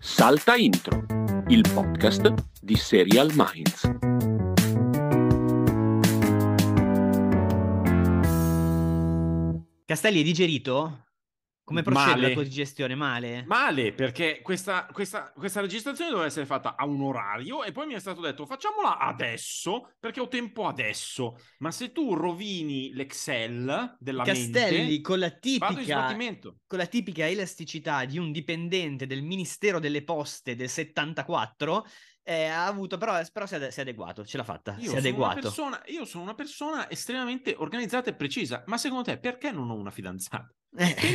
Salta Intro, il podcast di Serial Minds. Castelli, è digerito? Come procede la tua Male. digestione? Male? Male, perché questa registrazione doveva essere fatta a un orario e poi mi è stato detto facciamola adesso perché ho tempo adesso. Ma se tu rovini l'Excel della Castelli, mente, con la vado in sbattimento. tipica elasticità di un dipendente del Ministero delle Poste del 74, ha avuto, però si è adeguato, ce l'ha fatta, si è adeguato. Io sono una persona estremamente organizzata e precisa, ma secondo te perché non ho una fidanzata? Perché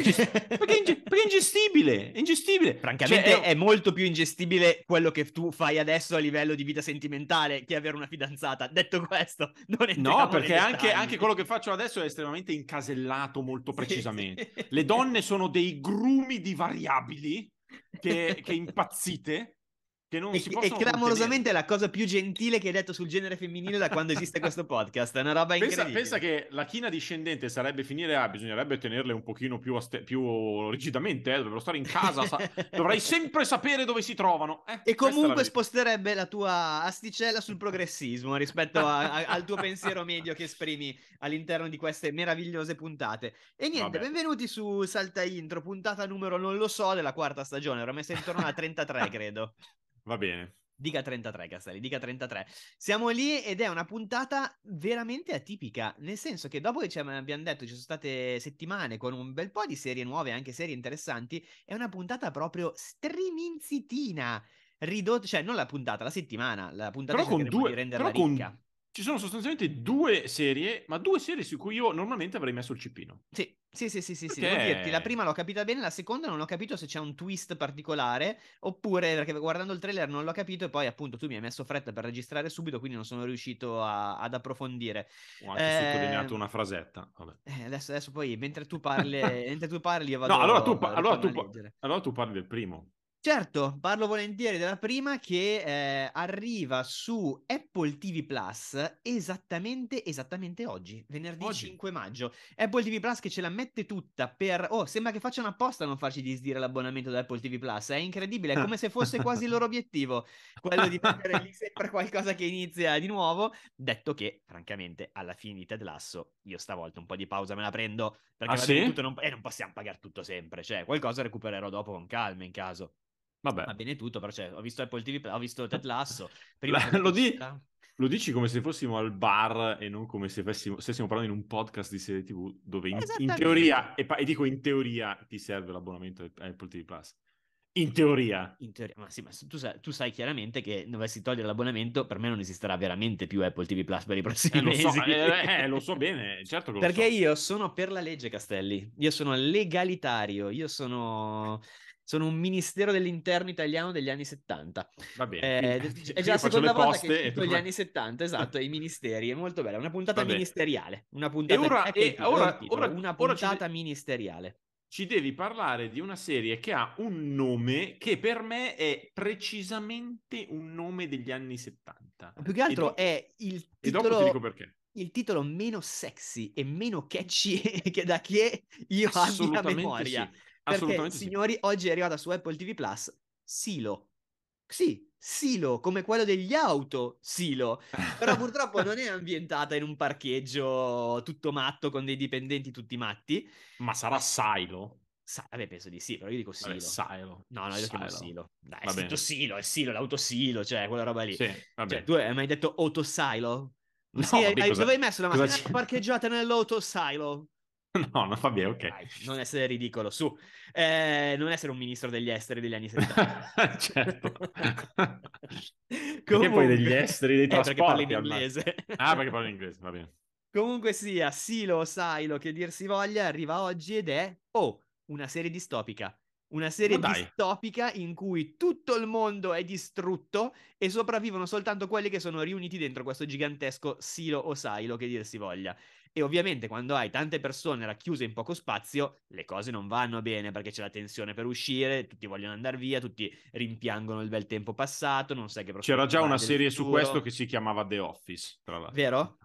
è ingestibile, è ingestibile. Francamente Cioè, è molto più ingestibile quello che tu fai adesso a livello di vita sentimentale che avere una fidanzata. Detto questo, non entriamo no, perché nei dettagli. anche quello che faccio adesso è estremamente incasellato molto precisamente. Le donne sono dei grumi di variabili che impazzite, che non si possono clamorosamente contenere. è la cosa più gentile che hai detto sul genere femminile da quando esiste questo podcast. È una roba incredibile. Pensa che la china discendente sarebbe finire bisognerebbe tenerle un pochino più rigidamente, dovrebbero stare in casa, dovrei sempre sapere dove si trovano. E comunque sposterebbe la tua asticella sul progressismo rispetto al tuo pensiero medio che esprimi all'interno di queste meravigliose puntate. E niente, Vabbè. benvenuti su Salta Intro, puntata numero non lo so della quarta stagione, ero messa intorno alla 33 credo. Va bene. Dica 33, Castelli, dica 33. Siamo lì ed è una puntata veramente atipica, nel senso che dopo che abbiamo detto ci sono state settimane con un bel po' di serie nuove, anche serie interessanti, è una puntata proprio striminzitina, ridotta, cioè non la puntata, la settimana, la puntata Però con cercheremo di renderla però ricca. ci sono sostanzialmente due serie, ma due serie su cui io normalmente avrei messo il cippino. Sì, Perché? devo dirti, la prima l'ho capita bene, la seconda non ho capito se c'è un twist particolare, oppure perché guardando il trailer non l'ho capito e poi appunto tu mi hai messo fretta per registrare subito, quindi non sono riuscito ad approfondire. Ho anche sottolineato una frasetta. Vabbè. Adesso poi, mentre tu parli io No, ritorno a leggere. allora tu parli del primo. Certo, parlo volentieri della prima che arriva su Apple TV Plus esattamente oggi, venerdì Oggi. 5 maggio. Apple TV Plus che ce la mette tutta per... Oh, sembra che facciano apposta a non farci disdire l'abbonamento da Apple TV Plus. È incredibile, è come se fosse quasi il loro obiettivo, quello di mettere lì sempre qualcosa che inizia di nuovo. Detto che, francamente, alla fine di Ted Lasso, io stavolta un po' di pausa me la prendo, perché va bene sì? tutto, non possiamo pagare tutto sempre. Cioè, qualcosa recupererò dopo con calma in caso. Vabbè. Va bene tutto, però cioè, ho visto Apple TV, ho visto Ted Lasso. Lo dici come se fossimo al bar e non come se stessimo parlando in un podcast di serie TV dove in teoria, e dico in teoria, ti serve l'abbonamento a Apple TV Plus. In teoria. Ma sì, ma tu sai chiaramente che dovessi togliere l'abbonamento, per me non esisterà veramente più Apple TV Plus per i prossimi mesi. Lo so bene, certo che lo Perché so. io sono per la legge, Castelli. Io sono legalitario, io sono un ministero dell'interno italiano degli anni 70. Va bene. È già la seconda volta che cito gli anni tu... 70, esatto, i ministeri. È molto bella, una puntata Vabbè. ministeriale. Una puntata una puntata ministeriale. Ci devi parlare di una serie che ha un nome che per me è precisamente un nome degli anni 70. Più che altro è il titolo... E dopo ti dico perché. Il titolo meno sexy e meno catchy che io abbia a memoria. Sì. Perché, signori, oggi è arrivata su Apple TV Plus Silo. Sì, Silo, come quello degli auto, Silo. Però purtroppo non è ambientata in un parcheggio tutto matto con dei dipendenti tutti matti. Ma sarà Silo? Vabbè, penso di sì, però io dico Silo. Vabbè, Silo. No, io lo chiamo Silo. Dai, è Va scritto bene. Silo, è Silo, l'autosilo, cioè quella roba lì. Sì, va bene. Cioè, tu hai mai detto autosilo? No, Sì, vabbè, dove hai messo la macchina? Parcheggiata nell'autosilo. No, va bene, ok. Dai, non essere ridicolo, su. Non essere un ministro degli esteri degli anni 70. Certo. Comunque, perché poi degli esteri, dei trasporti? Perché parli in inglese. Perché parli in inglese, va bene. Comunque sia, Silo o Silo che dir si voglia, arriva oggi ed è, una serie distopica. Una serie distopica in cui tutto il mondo è distrutto e sopravvivono soltanto quelli che sono riuniti dentro questo gigantesco silo o silo, che dir si voglia. E ovviamente quando hai tante persone racchiuse in poco spazio, le cose non vanno bene perché c'è la tensione per uscire, tutti vogliono andare via, tutti rimpiangono il bel tempo passato, non sai che C'era già una serie su questo che si chiamava The Office, tra l'altro. Vero?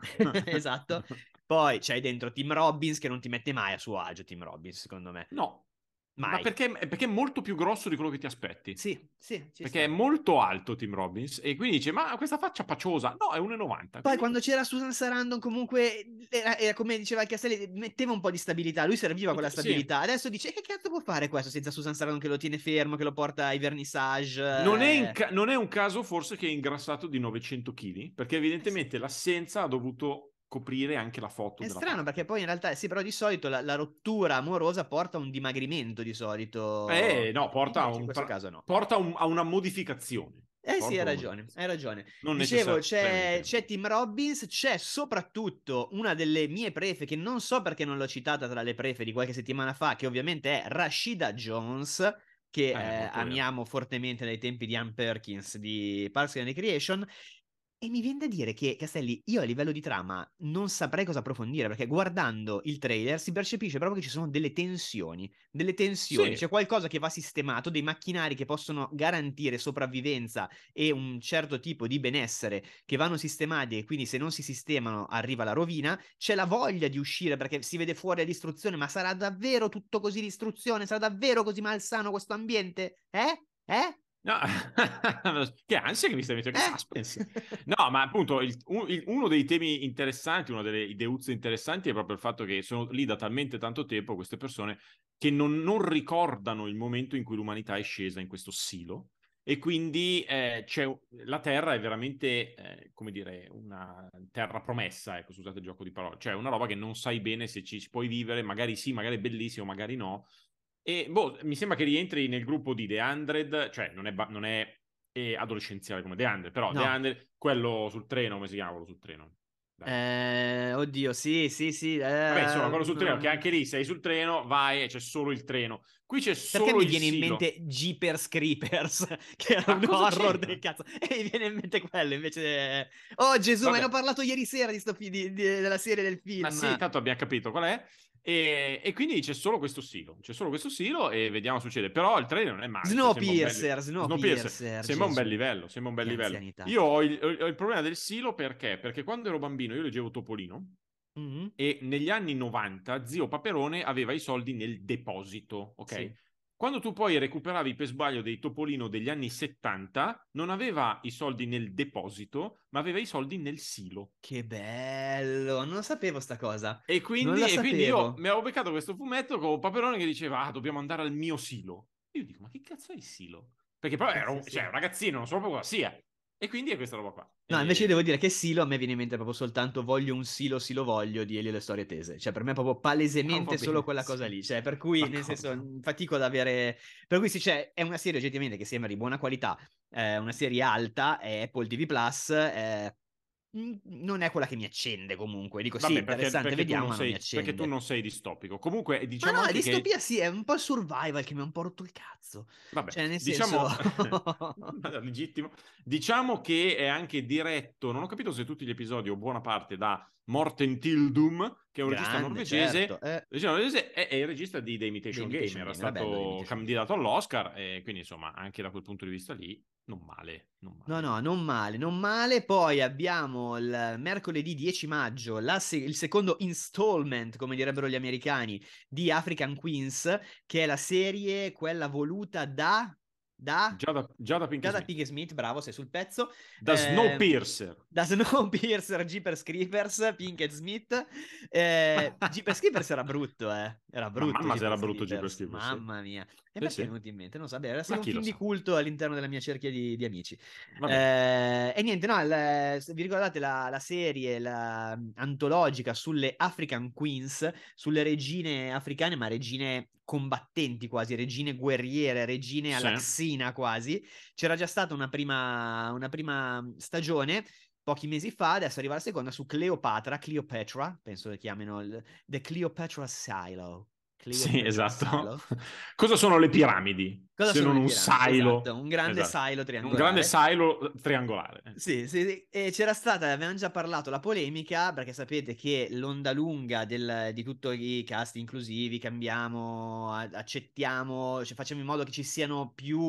Esatto. Poi c'hai dentro Tim Robbins che non ti mette mai a suo agio, Tim Robbins, secondo me. No. Ma perché è molto più grosso di quello che ti aspetti. Sì, perché è molto alto Tim Robbins e quindi dice, ma questa faccia paciosa, no, è 1,90. Poi quindi... quando c'era Susan Sarandon comunque era come diceva il Castelli, metteva un po' di stabilità, lui serviva quella stabilità. Sì. Adesso dice, che cazzo può fare questo senza Susan Sarandon che lo tiene fermo, che lo porta ai vernissage? Non è un caso forse che è ingrassato di 900 kg, perché evidentemente l'assenza ha dovuto coprire anche la foto. È della strano parte. perché poi in realtà sì, però di solito la rottura amorosa porta a un dimagrimento di solito. No, porta, in questo caso no. Porta a una modificazione. Sì, hai ragione. Non Dicevo, c'è Tim Robbins, c'è soprattutto una delle mie prefe, che non so perché non l'ho citata tra le prefe di qualche settimana fa, che ovviamente è Rashida Jones, che amiamo fortemente dai tempi di Ann Perkins di Parks and Recreation. E mi viene da dire che, Castelli, io a livello di trama non saprei cosa approfondire, perché guardando il trailer si percepisce proprio che ci sono delle tensioni, Sì. c'è qualcosa che va sistemato, dei macchinari che possono garantire sopravvivenza e un certo tipo di benessere che vanno sistemati e quindi se non si sistemano arriva la rovina, c'è la voglia di uscire perché si vede fuori la distruzione, ma sarà davvero tutto così distruzione? Sarà davvero così malsano questo ambiente? No, che ansia che mi stai mettendo, che suspense. No, ma appunto uno dei temi interessanti, una delle ideuzze interessanti è proprio il fatto che sono lì da talmente tanto tempo queste persone che non ricordano il momento in cui l'umanità è scesa in questo silo e quindi la Terra è veramente, come dire, una terra promessa, ecco, scusate il gioco di parole, cioè una roba che non sai bene se ci puoi vivere, magari sì, magari è bellissimo, magari no. E mi sembra che rientri nel gruppo di The 100, cioè non è adolescenziale come The 100, però no. The 100, quello sul treno, come si chiama quello sul treno? Oddio, sì. Vabbè, insomma, quello sul treno, che anche lì sei sul treno, vai e c'è solo il treno. Qui c'è solo perché mi il viene in silo. mente Jeepers Creepers, che era un horror del cazzo, e mi viene in mente quello, invece... Oh Gesù, ma ne ho parlato ieri sera della serie del film. Ma sì, tanto abbiamo capito qual è. E quindi c'è solo questo silo e vediamo cosa succede. Però il trailer non è male. Snowpiercer, sembra un bel livello. Io ho il problema del silo perché quando ero bambino io leggevo Topolino e negli anni 90 zio Paperone aveva i soldi nel deposito, ok? Sì. Quando tu poi recuperavi per sbaglio dei Topolino degli anni 70, non aveva i soldi nel deposito, ma aveva i soldi nel silo. Che bello, non sapevo sta cosa. E quindi io mi avevo beccato questo fumetto con Paperone che diceva, dobbiamo andare al mio silo. Io dico, ma che cazzo è il silo? Perché poi ero un ragazzino, non so proprio cosa sia. E quindi è questa roba qua. No, invece io devo dire che silo a me viene in mente proprio soltanto voglio un silo voglio di Elio e le storie tese. Cioè per me è proprio palesemente solo quella cosa lì. Cioè per cui, nel senso, fatico ad avere... Per cui sì, cioè, è una serie oggettivamente che sembra di buona qualità, una serie alta, è Apple TV+, non è quella che mi accende comunque. Dico sì, interessante, vediamo, ma non mi accende. Perché tu non sei distopico. Comunque, diciamo ma no, anche distopia sì, è un po' il survival che mi ha un po' rotto il cazzo. Vabbè, cioè, nel diciamo... senso... legittimo. Diciamo che è anche diretto, non ho capito se tutti gli episodi o buona parte, da Morten Tildum, che è un regista norvegese. Certo, è il regista di The Imitation Game, era stato candidato all'Oscar, e quindi insomma, anche da quel punto di vista lì, non male. No, non male. Poi abbiamo il mercoledì 10 maggio il secondo installment, come direbbero gli americani, di African Queens, che è la serie, quella voluta da Giada Pinkett Smith, bravo, sei sul pezzo. Da Snowpiercer. Da Snowpiercer, Jeepers Creepers, Pinkett Smith. Jeepers Creepers era brutto, Era brutto. Mamma se era brutto Jeepers Creepers. Mamma mia. E perché è venuto in mente? Non so, era un film di culto all'interno della mia cerchia di amici. E niente, no, vi ricordate la serie antologica sulle African Queens, sulle regine africane, ma regine combattenti quasi, regine guerriere, regine alla Xena quasi. C'era già stata una prima stagione pochi mesi fa, adesso arriva la seconda su Cleopatra, penso che chiamino The Cleopatra Silo. Sì, esatto. Cosa sono le piramidi? Se non un silo. Esatto, un grande silo triangolare. Un grande silo triangolare. Sì. E c'era stata, avevamo già parlato, la polemica, perché sapete che l'onda lunga di tutti i cast inclusivi, cambiamo, accettiamo, cioè facciamo in modo che ci siano più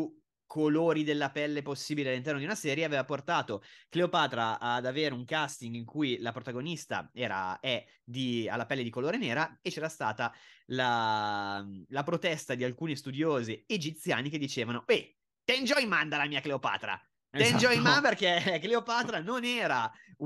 colori della pelle possibili all'interno di una serie, aveva portato Cleopatra ad avere un casting in cui la protagonista ha la pelle di colore nera, e c'era stata la protesta di alcuni studiosi egiziani che dicevano Tenjoy manda la mia Cleopatra. Tenjoy Esatto. perché Cleopatra non era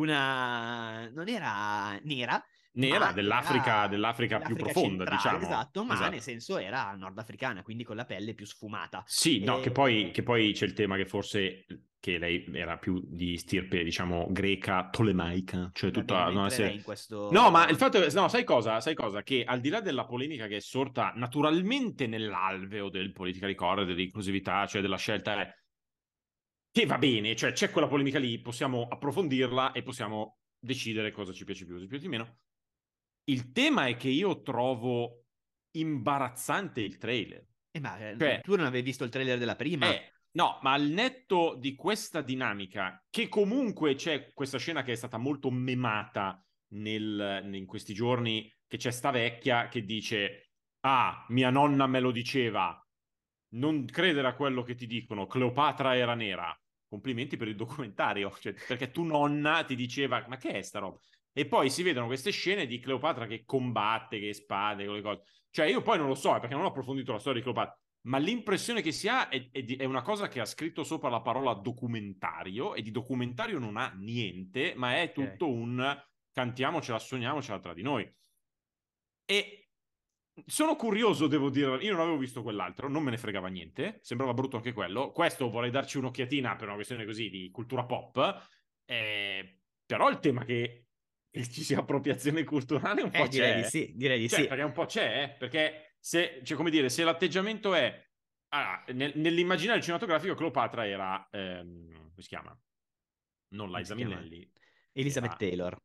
nera, dell'Africa più profonda, centrale, diciamo. esatto, ma Esatto. nel senso era nordafricana, quindi con la pelle più sfumata. Sì, no, che poi c'è il tema che forse che lei era più di stirpe, diciamo, greca, tolemaica, cioè tutta non una serie... in questo... No, ma il fatto è, no, sai cosa? Che al di là della polemica che è sorta naturalmente nell'alveo del politically correct, dell'inclusività, cioè della scelta, che va bene, cioè c'è quella polemica lì, possiamo approfondirla e possiamo decidere cosa ci piace più, cosa ci piace di meno. Il tema è che io trovo imbarazzante il trailer. Cioè, tu non avevi visto il trailer della prima? No, ma al netto di questa dinamica, che comunque c'è questa scena che è stata molto memata in questi giorni, che c'è sta vecchia che dice mia nonna me lo diceva, non credere a quello che ti dicono, Cleopatra era nera. Complimenti per il documentario, cioè, perché tu nonna ti diceva, ma che è sta roba? E poi si vedono queste scene di Cleopatra che combatte, che spade, quelle cose. Cioè io poi non lo so, perché non ho approfondito la storia di Cleopatra, ma l'impressione che si ha è una cosa che ha scritto sopra la parola documentario, e di documentario non ha niente, ma è tutto un cantiamocela, sogniamocela tra di noi. E sono curioso, devo dire, io non avevo visto quell'altro, non me ne fregava niente, sembrava brutto anche quello. Questo vorrei darci un'occhiatina per una questione così di cultura pop, però il tema che ci sia appropriazione culturale un po' direi c'è. Direi di sì. Perché un po' c'è, perché se l'atteggiamento è... nell'immaginario cinematografico Cleopatra era... come si chiama? Non Liza Minnelli. Elizabeth Taylor.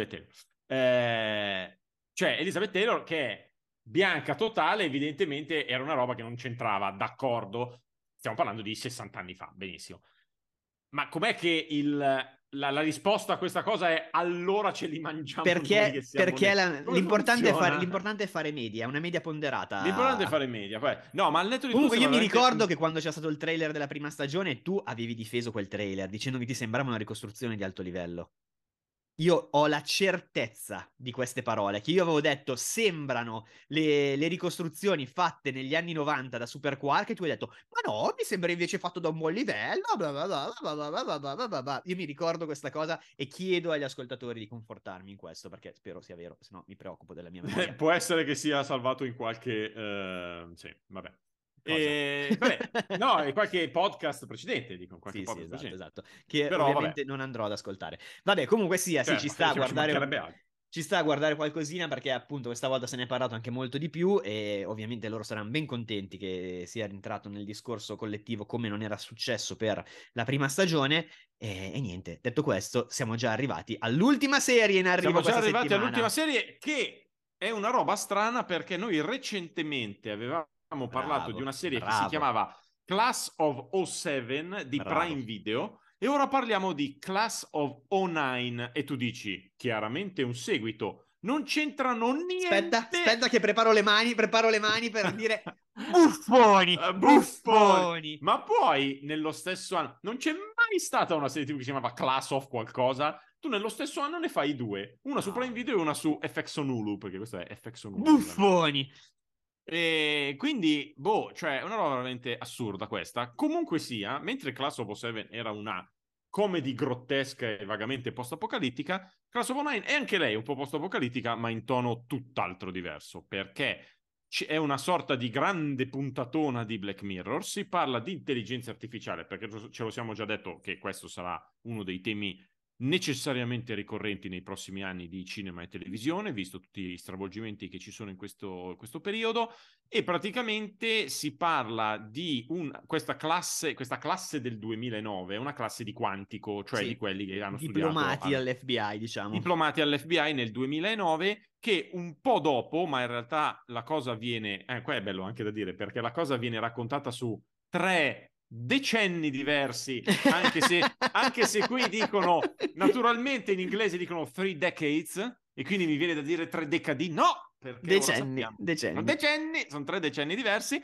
Cioè Elizabeth Taylor che è bianca totale, evidentemente era una roba che non c'entrava, d'accordo, stiamo parlando di 60 anni fa, benissimo. Ma com'è che la risposta a questa cosa è allora ce li mangiamo noi che siamo l'importante è fare media, una media ponderata. L'importante è fare media. No, ma al netto di comunque tutto io mi ricordo che quando c'è stato il trailer della prima stagione tu avevi difeso quel trailer dicendo che ti sembrava una ricostruzione di alto livello. Io ho la certezza di queste parole, che io avevo detto sembrano le ricostruzioni fatte negli anni 90 da Super Quark, e tu hai detto ma no, mi sembra invece fatto da un buon livello, io mi ricordo questa cosa e chiedo agli ascoltatori di confortarmi in questo, perché spero sia vero, se no mi preoccupo della mia memoria. Può essere che sia salvato in qualche... sì, vabbè. No, in qualche podcast precedente, dico, qualche podcast precedente. Esatto, che però, ovviamente non andrò ad ascoltare. Vabbè, comunque sia, certo, sì, ci sta a guardare qualcosina, perché appunto questa volta se ne è parlato anche molto di più, e ovviamente loro saranno ben contenti che sia rientrato nel discorso collettivo come non era successo per la prima stagione. E niente, detto questo, siamo già arrivati all'ultima serie in arrivo questa settimana. Siamo già arrivati all'ultima serie, che è una roba strana, perché noi recentemente avevamo parlato di una serie che si chiamava Class of 07 di Prime Video, e ora parliamo di Class of 09, e tu dici chiaramente un seguito. Non c'entrano niente. Aspetta che preparo le mani per dire buffoni. Ma poi nello stesso anno non c'è mai stata una serie TV che si chiamava Class of qualcosa. Tu nello stesso anno ne fai due, una su Prime Video e una su FX on Hulu, perché questo è FX on Hulu. Buffoni. E quindi, cioè, è una roba veramente assurda questa. Comunque sia, mentre Class of 07 era una comedy grottesca e vagamente post-apocalittica, Class of 09 è anche lei un po' post-apocalittica, ma in tono tutt'altro diverso, perché è una sorta di grande puntatona di Black Mirror. Si parla di intelligenza artificiale, perché ce lo siamo già detto che questo sarà uno dei temi necessariamente ricorrenti nei prossimi anni di cinema e televisione, visto tutti gli stravolgimenti che ci sono in questo periodo. E praticamente si parla di questa classe del 2009, è una classe di quantico, cioè di quelli che hanno diplomati all'FBI, diciamo. Diplomati all'FBI nel 2009, che un po' dopo, ma in realtà la cosa viene... qua è bello anche da dire, perché la cosa viene raccontata su 3 decenni diversi, anche se qui dicono, naturalmente in inglese dicono 3 decades, e quindi mi viene da dire 3 decadi, no, perché decenni. sono 3 decenni diversi,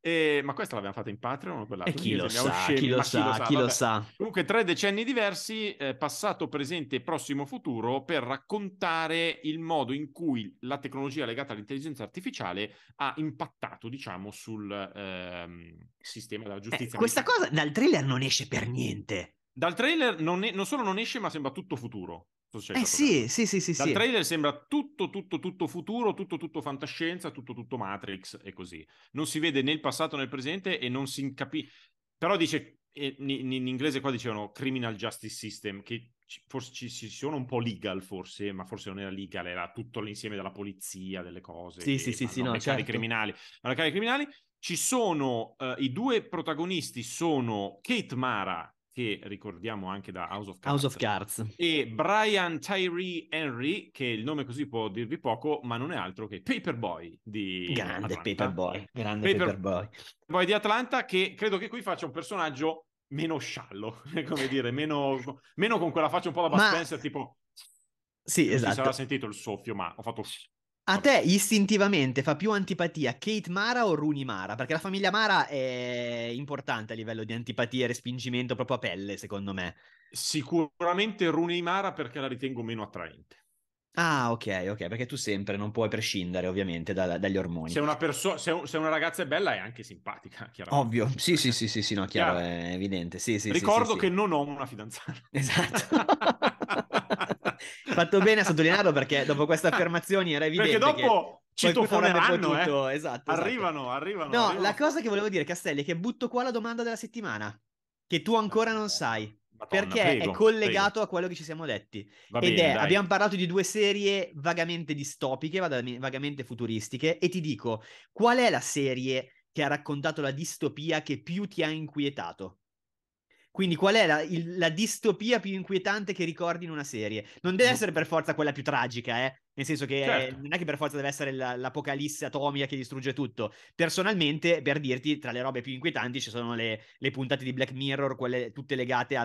Ma questa l'abbiamo fatta in Patreon o quell'altro? E chi lo sa, Scemi, chi lo ma sa, chi lo sa. Comunque 3 decenni diversi, passato, presente e prossimo futuro, per raccontare il modo in cui la tecnologia legata all'intelligenza artificiale ha impattato, diciamo, sul sistema della giustizia Questa americana. cosa dal trailer non esce per niente. Dal trailer non solo non esce, ma sembra tutto futuro. Sì. Dal trailer sembra tutto futuro, tutto fantascienza, tutto Matrix e così. Non si vede né il passato né il presente e non si capisce. Però dice, in inglese qua dicevano criminal justice system, che forse ci sono un po' legal forse, ma forse non era legal, era tutto l'insieme della polizia, delle cose Sì, no, no, certo. criminali. Ci sono i due protagonisti, sono Kate Mara, che ricordiamo anche da House of Cards, e Brian Tyree Henry, che il nome così può dirvi poco, ma non è altro che Paperboy di grande Atlanta. Paperboy Paperboy di Atlanta, che credo che qui faccia un personaggio meno sciallo, come dire, meno con quella faccia un po' da Bud Spencer, tipo... Sì, non esatto. si sarà sentito il soffio, ma ho fatto... A te istintivamente fa più antipatia Kate Mara o Rooney Mara? Perché la famiglia Mara è importante a livello di antipatia e respingimento proprio a pelle, secondo me. Sicuramente Rooney Mara, perché la ritengo meno attraente. Ah, ok, perché tu sempre non puoi prescindere, ovviamente, dagli ormoni. Se una ragazza è bella, è anche simpatica, chiaramente. Ovvio, sì, no, chiaro, è evidente. Sì, Ricordo che sì. non ho una fidanzata. Esatto. Fatto bene a sottolinearlo perché dopo queste affermazioni era evidente perché dopo che qualcuno avrebbe potuto... Esatto. Arrivano. No, la cosa che volevo dire, Castelli, è che butto qua la domanda della settimana, che tu ancora non sai. Madonna, Perché è prego. collegato a quello che ci siamo detti. Va bene, dai. Abbiamo parlato di due serie vagamente distopiche, vagamente futuristiche, e ti dico, qual è la serie che ha raccontato la distopia che più ti ha inquietato? Quindi qual è la distopia più inquietante che ricordi in una serie? Non deve essere per forza quella più tragica, nel senso che certo. non è che per forza deve essere l'apocalisse atomica che distrugge tutto. Personalmente, per dirti, tra le robe più inquietanti ci sono le puntate di Black Mirror, quelle tutte legate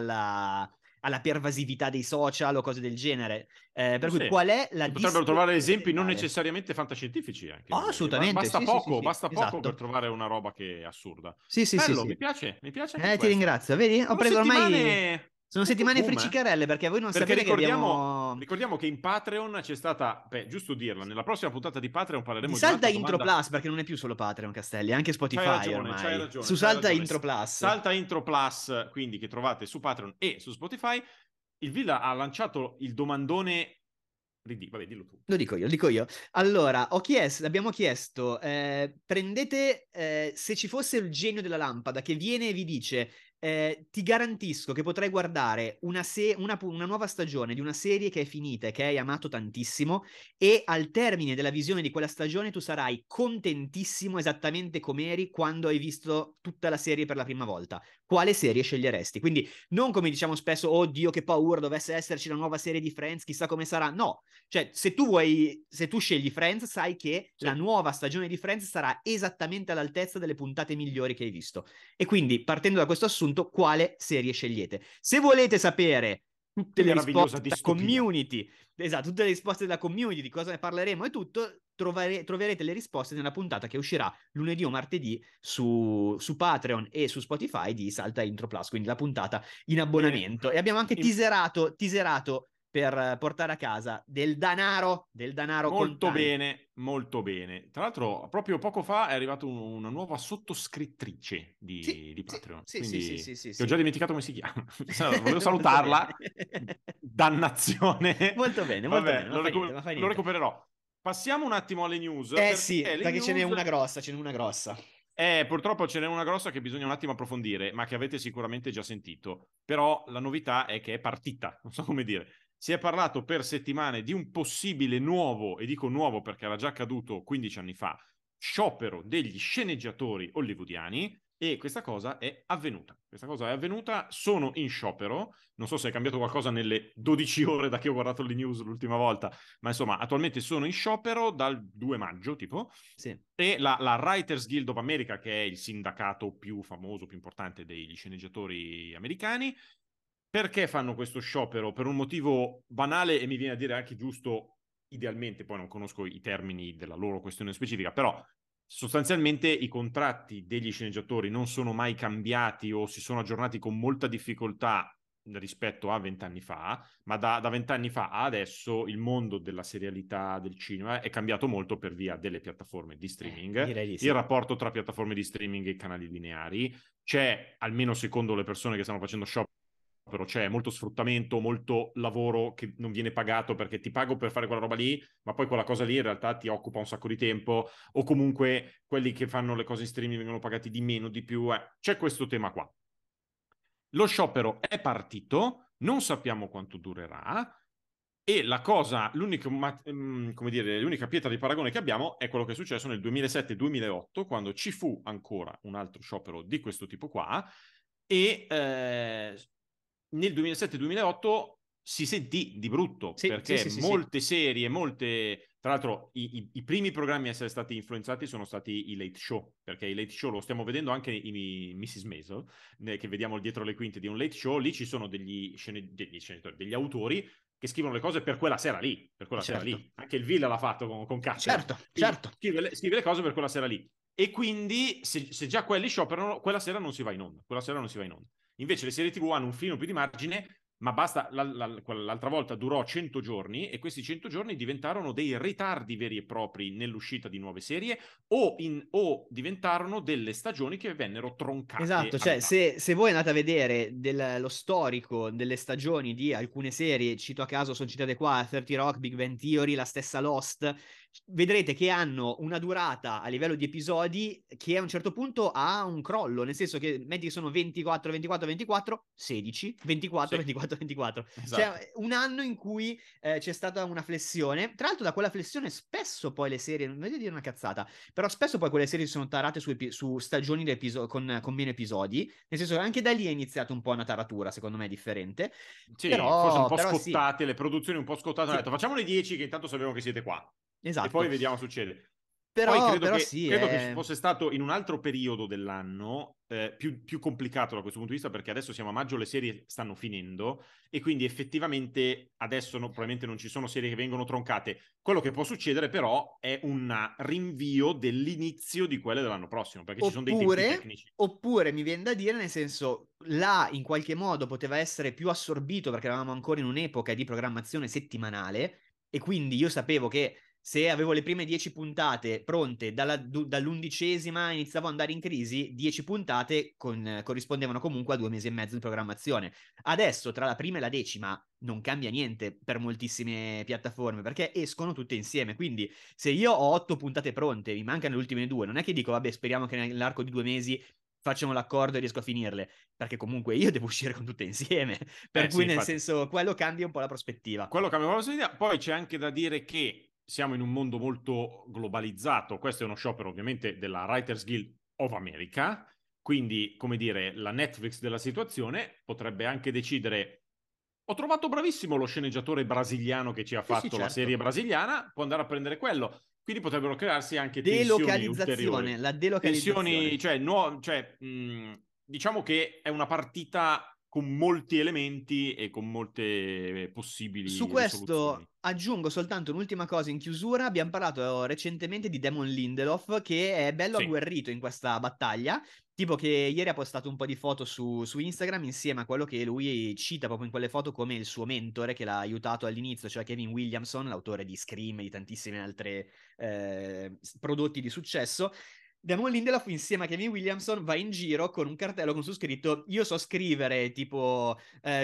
alla pervasività dei social o cose del genere. Per cui qual è la si potrebbero trovare esempi non generale? necessariamente fantascientifici anche. Assolutamente. Basta poco esatto. per trovare una roba che è assurda. Sì. Bello, mi piace anche Ti ringrazio. Vedi? Ho preso ormai... Sono settimane friccicarelle perché voi non sapete che abbiamo... Ricordiamo che in Patreon c'è stata... giusto dirla, nella prossima puntata di Patreon parleremo di di Salta un'altra Intro domanda... Plus, perché non è più solo Patreon, Castelli, è anche Spotify ormai. C'hai ragione. Su Salta Intro Plus. Salta Intro Plus, quindi, che trovate su Patreon e su Spotify. Il Villa ha lanciato il domandone... Vabbè, dillo tu. Lo dico io. Allora, abbiamo chiesto, prendete, se ci fosse il genio della lampada che viene e vi dice, ti garantisco che potrai guardare una nuova stagione di una serie che è finita e che hai amato tantissimo, e al termine della visione di quella stagione tu sarai contentissimo esattamente come eri quando hai visto tutta la serie per la prima volta. Quale serie sceglieresti? Quindi non come diciamo spesso, oddio che paura, dovesse esserci la nuova serie di Friends, chissà come sarà. No, cioè se tu scegli Friends, sai che la nuova stagione di Friends sarà esattamente all'altezza delle puntate migliori che hai visto. E quindi, partendo da questo assunto, quale serie scegliete? Se volete sapere tutte le risposte della community, esatto, tutte le risposte della community, di cosa ne parleremo e tutto, troverete le risposte nella puntata che uscirà lunedì o martedì su Patreon e su Spotify di Salta Intro Plus, quindi la puntata in abbonamento. E abbiamo anche teaserato per portare a casa del danaro molto bene. Tra l'altro, proprio poco fa è arrivata una nuova sottoscrittrice di Patreon. Sì. Ho già dimenticato come si chiama. Volevo salutarla. Dannazione. Molto bene. Lo recupererò. Passiamo un attimo alle news. Perché ce n'è una grossa. Purtroppo ce n'è una grossa che bisogna un attimo approfondire, ma che avete sicuramente già sentito. Però la novità è che è partita, non so come dire. Si è parlato per settimane di un possibile nuovo, e dico nuovo perché era già accaduto 15 anni fa, sciopero degli sceneggiatori hollywoodiani, e questa cosa è avvenuta. Sono in sciopero, non so se è cambiato qualcosa nelle 12 ore da che ho guardato le news l'ultima volta, ma insomma attualmente sono in sciopero dal 2 maggio tipo, e la Writers Guild of America, che è il sindacato più famoso, più importante degli sceneggiatori americani. Perché fanno questo sciopero? Per un motivo banale e mi viene a dire anche giusto, idealmente, poi non conosco i termini della loro questione specifica, però sostanzialmente i contratti degli sceneggiatori non sono mai cambiati o si sono aggiornati con molta difficoltà rispetto a 20 anni fa, ma da 20 anni fa a adesso il mondo della serialità del cinema è cambiato molto per via delle piattaforme di streaming, direi di sì. il rapporto tra piattaforme di streaming e canali lineari, c'è, almeno secondo le persone che stanno facendo sciopero, c'è molto sfruttamento, molto lavoro che non viene pagato perché ti pago per fare quella roba lì, ma poi quella cosa lì in realtà ti occupa un sacco di tempo, o comunque quelli che fanno le cose in streaming vengono pagati di meno, di più, c'è questo tema qua. Lo sciopero è partito, non sappiamo quanto durerà, e la cosa, l'unica pietra di paragone che abbiamo è quello che è successo nel 2007-2008, quando ci fu ancora un altro sciopero di questo tipo qua, e nel 2007-2008 si sentì di brutto, perché molte serie, tra l'altro i primi programmi a essere stati influenzati sono stati i late show, perché i late show lo stiamo vedendo anche in Mrs. Maisel, che vediamo dietro le quinte di un late show, lì ci sono degli autori che scrivono le cose per quella sera lì, sera lì. Anche il Villa l'ha fatto con Cutter. Certo. Scrive le cose per quella sera lì. E quindi se già quelli scioperano, quella sera non si va in onda. Invece le serie TV hanno un filino più di margine, ma basta, l'altra volta durò 100 giorni e questi 100 giorni diventarono dei ritardi veri e propri nell'uscita di nuove serie o diventarono delle stagioni che vennero troncate. Esatto, cioè se voi andate a vedere lo storico delle stagioni di alcune serie, cito a caso, sono citate qua, 30 Rock, Big Bang Theory, la stessa Lost, vedrete che hanno una durata a livello di episodi che a un certo punto ha un crollo, nel senso che metti che sono 24, 24, 24, 16, 24, sì. 24, 24. Esatto. Cioè un anno in cui c'è stata una flessione. Tra l'altro da quella flessione spesso poi le serie, non voglio dire una cazzata, però spesso poi quelle serie si sono tarate su stagioni con meno episodi, nel senso che anche da lì è iniziata un po' una taratura, secondo me differente. Sì, però, forse un po' però scottate, sì. Le produzioni un po' scottate, hanno detto facciamone 10 che intanto sappiamo che siete qua. Esatto. E poi vediamo succede. Però, poi credo sì, che fosse stato in un altro periodo dell'anno più complicato da questo punto di vista, perché adesso siamo a maggio, le serie stanno finendo e quindi effettivamente adesso probabilmente non ci sono serie che vengono troncate. Quello che può succedere però è un rinvio dell'inizio di quelle dell'anno prossimo, perché ci sono dei tempi tecnici. Oppure mi viene da dire, nel senso, là in qualche modo poteva essere più assorbito perché eravamo ancora in un'epoca di programmazione settimanale e quindi io sapevo che se avevo le prime 10 puntate pronte, dall'11ª iniziavo ad andare in crisi, 10 puntate corrispondevano comunque a 2 mesi e mezzo di programmazione. Adesso, tra la prima e la 10ª, non cambia niente per moltissime piattaforme, perché escono tutte insieme. Quindi, se io ho 8 puntate pronte, mi mancano le ultime 2, non è che dico, vabbè, speriamo che nell'arco di 2 mesi facciamo l'accordo e riesco a finirle, perché comunque io devo uscire con tutte insieme. Per cui, nel senso, quello cambia un po' la prospettiva. Poi c'è anche da dire che siamo in un mondo molto globalizzato. Questo è uno sciopero ovviamente della Writers Guild of America, quindi, come dire, la Netflix della situazione potrebbe anche decidere: ho trovato bravissimo lo sceneggiatore brasiliano che ci ha fatto la serie brasiliana, può andare a prendere quello. Quindi potrebbero crearsi anche tensioni ulteriori. La delocalizzazione. Tensioni, diciamo che è una partita con molti elementi e con molte possibili Su questo aggiungo soltanto un'ultima cosa in chiusura. Abbiamo parlato recentemente di Damon Lindelof, che è bello agguerrito in questa battaglia, tipo che ieri ha postato un po' di foto su Instagram insieme a quello che lui cita proprio in quelle foto come il suo mentore che l'ha aiutato all'inizio, cioè Kevin Williamson, l'autore di Scream e di tantissime altre prodotti di successo. Damon Lindelof insieme a Kevin Williamson va in giro con un cartello con su scritto: io so scrivere tipo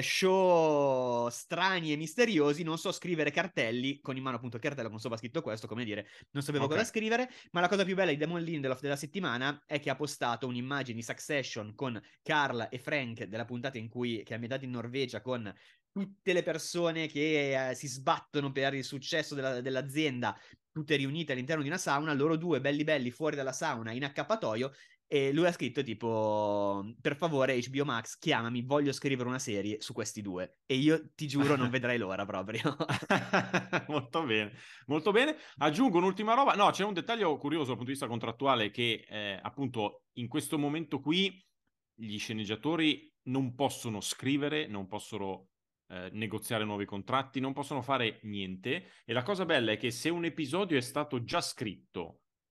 show strani e misteriosi, non so scrivere cartelli, con in mano appunto il cartello con sopra scritto questo, come dire, non sapevo cosa scrivere. Ma la cosa più bella di Damon Lindelof della settimana è che ha postato un'immagine di Succession con Carl e Frank della puntata che è ambientata in Norvegia, con tutte le persone che si sbattono per il successo dell'azienda, tutte riunite all'interno di una sauna, loro due belli fuori dalla sauna in accappatoio, e lui ha scritto tipo: per favore HBO Max, chiamami, voglio scrivere una serie su questi due. E io ti giuro non vedrei l'ora proprio. Molto bene, molto bene. Aggiungo un'ultima roba. No, c'è un dettaglio curioso dal punto di vista contrattuale, che appunto in questo momento qui gli sceneggiatori non possono scrivere, non possono negoziare nuovi contratti, non possono fare niente. E la cosa bella è che se un episodio è stato già scritto,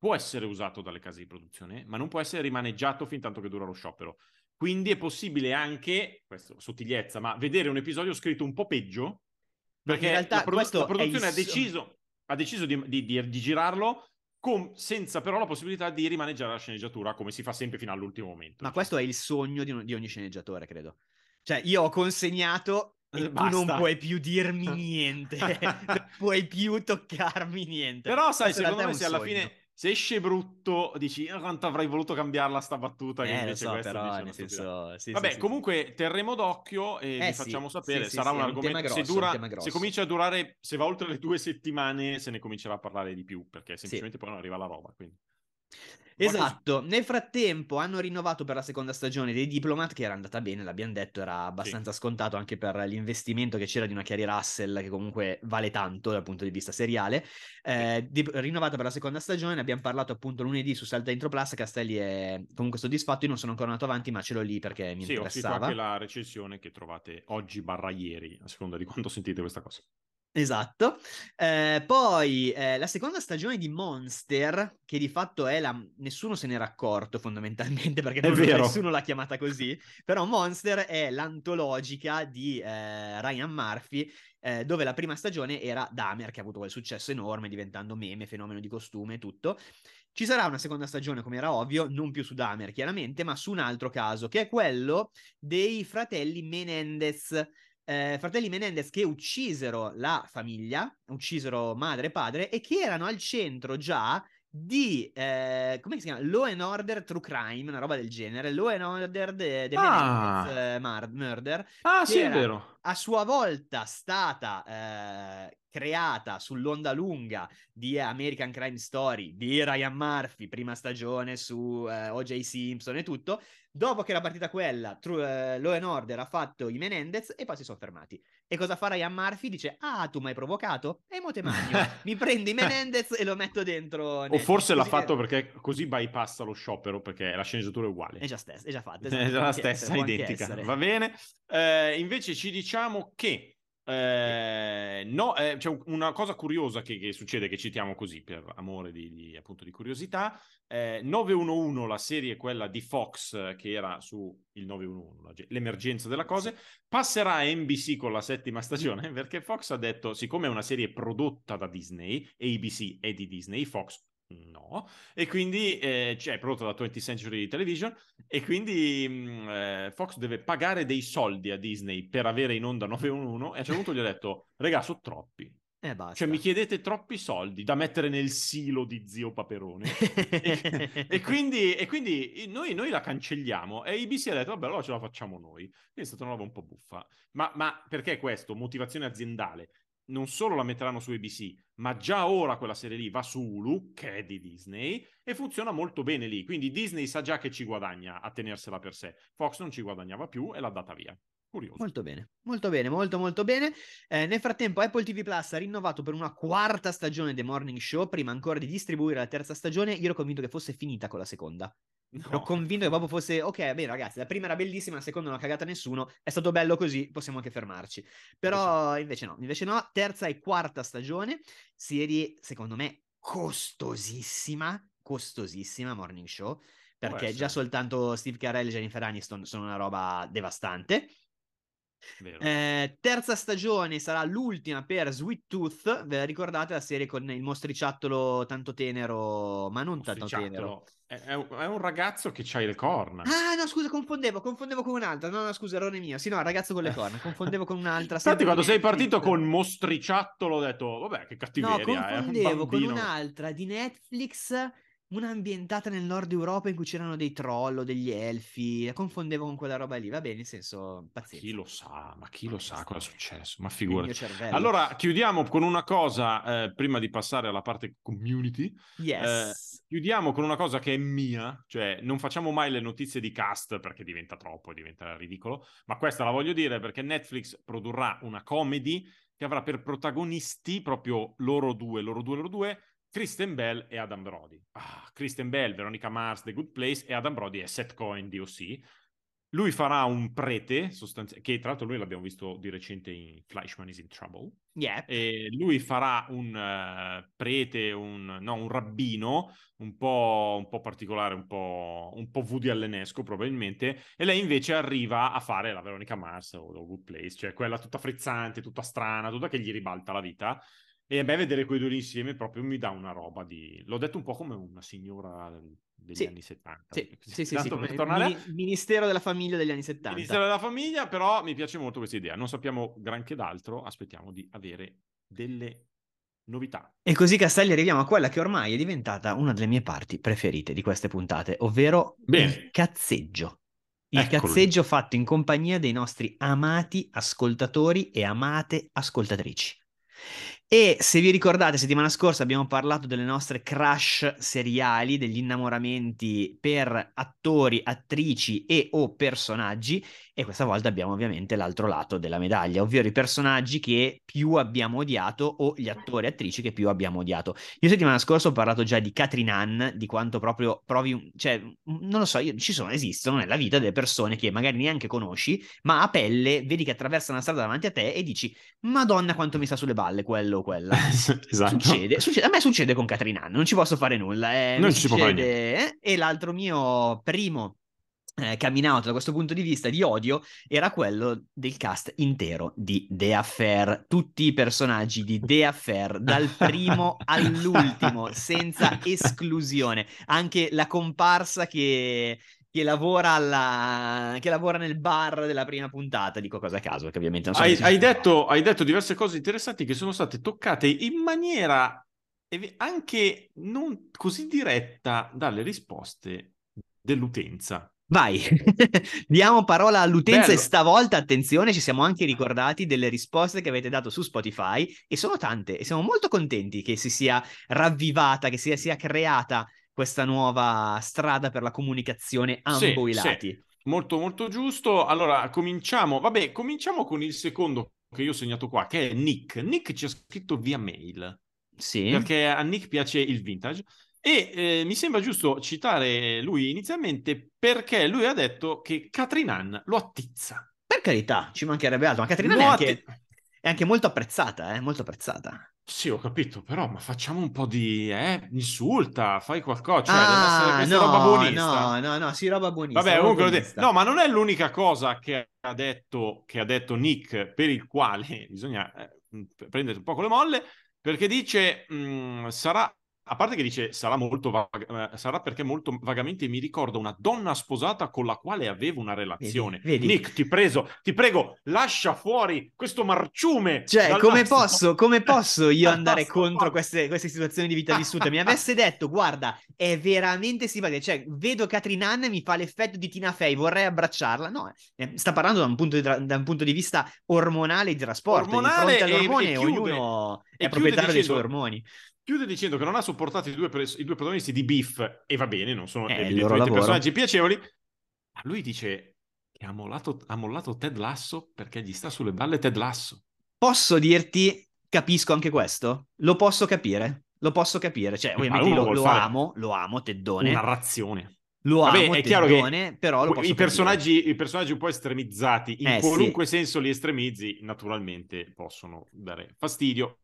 può essere usato dalle case di produzione, ma non può essere rimaneggiato fin tanto che dura lo sciopero. Quindi è possibile anche, questa sottigliezza, ma vedere un episodio scritto un po' peggio, perché in realtà la produzione ha deciso di girarlo senza però la possibilità di rimaneggiare la sceneggiatura, come si fa sempre fino all'ultimo momento. Ma questo è il sogno di ogni sceneggiatore, credo. Cioè, io ho consegnato e tu non Basta. puoi più dirmi niente, non puoi più toccarmi niente. Però sai, Questo in secondo realtà me è un se alla sogno. fine, se esce brutto, dici quanto avrei voluto cambiarla sta battuta, che Lo invece so, questa però, dice nel una stupidata. senso... Sì, Vabbè, sì. comunque terremo d'occhio e vi Sì, facciamo sapere. sì, Sarà un è un tema argomento. Se grosso, è un tema se grosso. comincia a durare, se va oltre le 2 settimane, se ne comincerà a parlare di più, perché semplicemente Sì. poi non arriva la roba. Quindi. Esatto, nel frattempo hanno rinnovato per la seconda stagione dei Diplomat, che era andata bene, l'abbiamo detto, era abbastanza scontato anche per l'investimento che c'era di una Carrie Russell che comunque vale tanto dal punto di vista seriale. Rinnovata per la seconda stagione, ne abbiamo parlato appunto lunedì su Salta Intro Plus. Castelli è comunque soddisfatto, io non sono ancora andato avanti ma ce l'ho lì perché mi Sì, ho scritto anche interessava. la recensione che trovate oggi/ieri, a seconda di quando sentite questa cosa. Esatto. Poi la seconda stagione di Monster, che di fatto è nessuno se n'era accorto fondamentalmente perché È vero. nessuno l'ha chiamata così, però Monster è l'antologica di Ryan Murphy, dove la prima stagione era Dahmer, che ha avuto quel successo enorme diventando meme, fenomeno di costume e tutto. Ci sarà una seconda stagione, come era ovvio, non più su Dahmer chiaramente, ma su un altro caso, che è quello dei fratelli Menendez. Fratelli Menendez che uccisero la famiglia, uccisero madre e padre e che erano al centro già di, come si chiama? Law and Order True Crime, una roba del genere, Law and Order The Menendez Murder, che Sì, è era vero. a sua volta stata creata sull'onda lunga di American Crime Story di Ryan Murphy, prima stagione su O.J. Simpson e tutto. Dopo che era partita quella, Law and Order ha fatto i Menendez e poi si sono fermati. E cosa fa Ryan Murphy? Dice, tu mi hai provocato? E mo te magno. Mi prendo i Menendez e lo metto dentro O Netflix. forse l'ha Così fatto perché così bypassa lo sciopero, perché la sceneggiatura è è uguale. già stessa, è già fatta, È esatto. già Può la anche essere, stessa, può anche identica. essere. Va bene. Invece ci diciamo che c'è una cosa curiosa che succede, che citiamo così per amore appunto di curiosità. 911, la serie quella di Fox che era su il 911, l'emergenza della cosa, passerà a NBC con la 7ª stagione perché Fox ha detto, siccome è una serie prodotta da Disney, ABC è di Disney, Fox no, e quindi è prodotta da 20th Century Television e quindi Fox deve pagare dei soldi a Disney per avere in onda 911 e a un certo punto gli ha detto, regà, sono troppi. Cioè, mi Basta. chiedete troppi soldi da mettere nel silo di Zio Paperone e quindi noi la cancelliamo e ABC ha detto, vabbè, allora ce la facciamo noi. Quindi è stata una roba un po' buffa. Ma perché questo? Motivazione aziendale. Non solo la metteranno su ABC, ma già ora quella serie lì va su Hulu, che è di Disney, e funziona molto bene lì. Quindi Disney sa già che ci guadagna a tenersela per sé. Fox non ci guadagnava più e l'ha data via. Curioso. Molto bene, molto molto bene. Nel frattempo Apple TV Plus ha rinnovato per una 4ª stagione The Morning Show, prima ancora di distribuire la 3ª stagione. Io ero convinto che fosse finita con la seconda. Ero convinto che proprio fosse, ok, bene ragazzi, la prima era bellissima, la seconda non ha cagata nessuno, è stato bello così, possiamo anche fermarci. Però invece no, 3ª e 4ª stagione, serie secondo me costosissima, Morning Show, perché già soltanto Steve Carell e Jennifer Aniston sono una roba devastante. Vero. 3ª stagione sarà l'ultima per Sweet Tooth. Ve la ricordate la serie con il mostriciattolo tanto tenero, ma non tanto tenero? È un ragazzo che c'ha le corna. Ah, no, scusa, confondevo con un'altra. No, scusa, errore mio. Sì, no, il ragazzo con le corna. Confondevo con un'altra. Infatti, Sempre di quando sei Netflix. partito con mostriciattolo, ho detto, vabbè, che No, cattiveria, è un confondevo con bambino. un'altra di Netflix, una ambientata nel nord Europa in cui c'erano dei troll o degli elfi. La confondevo con quella roba lì. Va bene, nel senso, pazienza. Ma chi lo sa cosa è successo? Ma Il mio figurati. cervello. Allora, chiudiamo con una cosa, prima di passare alla parte community. Yes. Chiudiamo con una cosa che è mia, cioè non facciamo mai le notizie di cast perché diventa troppo, diventa ridicolo, ma questa la voglio dire perché Netflix produrrà una comedy che avrà per protagonisti proprio loro due, Kristen Bell e Adam Brody. Kristen Bell, Veronica Mars, The Good Place, e Adam Brody è Seth Cohen di OC. lui farà un prete, che tra l'altro lui l'abbiamo visto di recente in Fleischman is in Trouble. Yep. E lui farà un prete, un rabbino un po' particolare, un po' Woody Allenesco probabilmente, e lei invece arriva a fare la Veronica Mars o The Good Place, cioè quella tutta frizzante, tutta strana, tutta che gli ribalta la vita. E a me vedere quei due insieme proprio mi dà una roba di... L'ho detto un po' come una signora degli anni 70. Sì, Tanto per come tornare Ministero della Famiglia degli anni 70. Ministero della Famiglia, però mi piace molto questa idea. Non sappiamo granché d'altro, aspettiamo di avere delle novità. E così, Castelli, arriviamo a quella che ormai è diventata una delle mie parti preferite di queste puntate, ovvero il cazzeggio. Il cazzeggio fatto in compagnia dei nostri amati ascoltatori e amate ascoltatrici. E se vi ricordate, settimana scorsa abbiamo parlato delle nostre crush seriali, degli innamoramenti per attori, attrici e o personaggi, e questa volta abbiamo ovviamente l'altro lato della medaglia, ovvero i personaggi che più abbiamo odiato o gli attori e attrici che più abbiamo odiato. Io settimana scorsa ho parlato già di Catherine Hahn, di quanto proprio provi, cioè, non lo so, esistono nella vita delle persone che magari neanche conosci, ma a pelle vedi che attraversano la strada davanti a te e dici: Madonna quanto mi sta sulle balle quello o quella. Esatto. Succede, a me succede con Catherine Hahn, non ci posso fare nulla. Non ci si può fare niente. E l'altro mio primo coming out da questo punto di vista di odio era quello del cast intero di The Affair, tutti i personaggi di The Affair dal primo all'ultimo senza esclusione, anche la comparsa che lavora nel bar della prima puntata, dico cosa a caso, che ovviamente non so. Hai detto diverse cose interessanti che sono state toccate in maniera anche non così diretta dalle risposte dell'utenza. Vai, diamo parola all'utenza. Bello. E stavolta, attenzione, ci siamo anche ricordati delle risposte che avete dato su Spotify, e sono tante, e siamo molto contenti che si sia ravvivata, che sia creata questa nuova strada per la comunicazione ambo i lati. Sì. Molto molto giusto. Allora, cominciamo con il secondo che io ho segnato qua, che è Nick. Nick ci ha scritto via mail. Sì. Perché a Nick piace il vintage. E mi sembra giusto citare lui inizialmente perché lui ha detto che Catherine Hahn lo attizza. Per carità, ci mancherebbe altro, ma Catherine Hahn è anche molto apprezzata, molto apprezzata. Sì, ho capito, però ma facciamo un po' di... insulta, fai qualcosa, cioè deve essere questa roba buonista. No, sì, roba buonista. Vabbè, roba comunque, buonista. no, ma non è l'unica cosa che ha detto Nick, per il quale bisogna prendere un po' con le molle, perché dice, sarà... A parte che dice sarà perché molto vagamente mi ricorda una donna sposata con la quale avevo una relazione. Vedi. Nick, ti prego, lascia fuori questo marciume. Cioè, come posso io andare contro queste situazioni di vita vissuta? Mi avesse detto, guarda, è veramente simpatica. Cioè, vedo Catherine Hahn, mi fa l'effetto di Tina Fey, vorrei abbracciarla. No, sta parlando da un punto di vista ormonale e di trasporto. Di fronte agli ormoni, ognuno è proprietario dei suoi ormoni. Chiude dicendo che non ha sopportato i due protagonisti di Beef, e va bene, non sono evidentemente personaggi piacevoli, ma lui dice che ha mollato Ted Lasso perché gli sta sulle balle Ted Lasso. Posso dirti, capisco anche questo? Lo posso capire, cioè ovviamente lo amo, Teddone. Una razione. Lo amo, è chiaro che però lo posso i personaggi un po' estremizzati, in qualunque senso li estremizzi, naturalmente possono dare fastidio.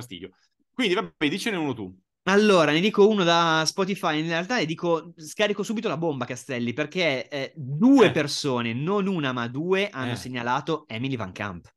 Quindi vabbè, dicene uno tu. Allora, ne dico uno da Spotify, in realtà scarico subito la bomba, Castelli, perché due persone, non una ma due, hanno segnalato Emily Van Camp.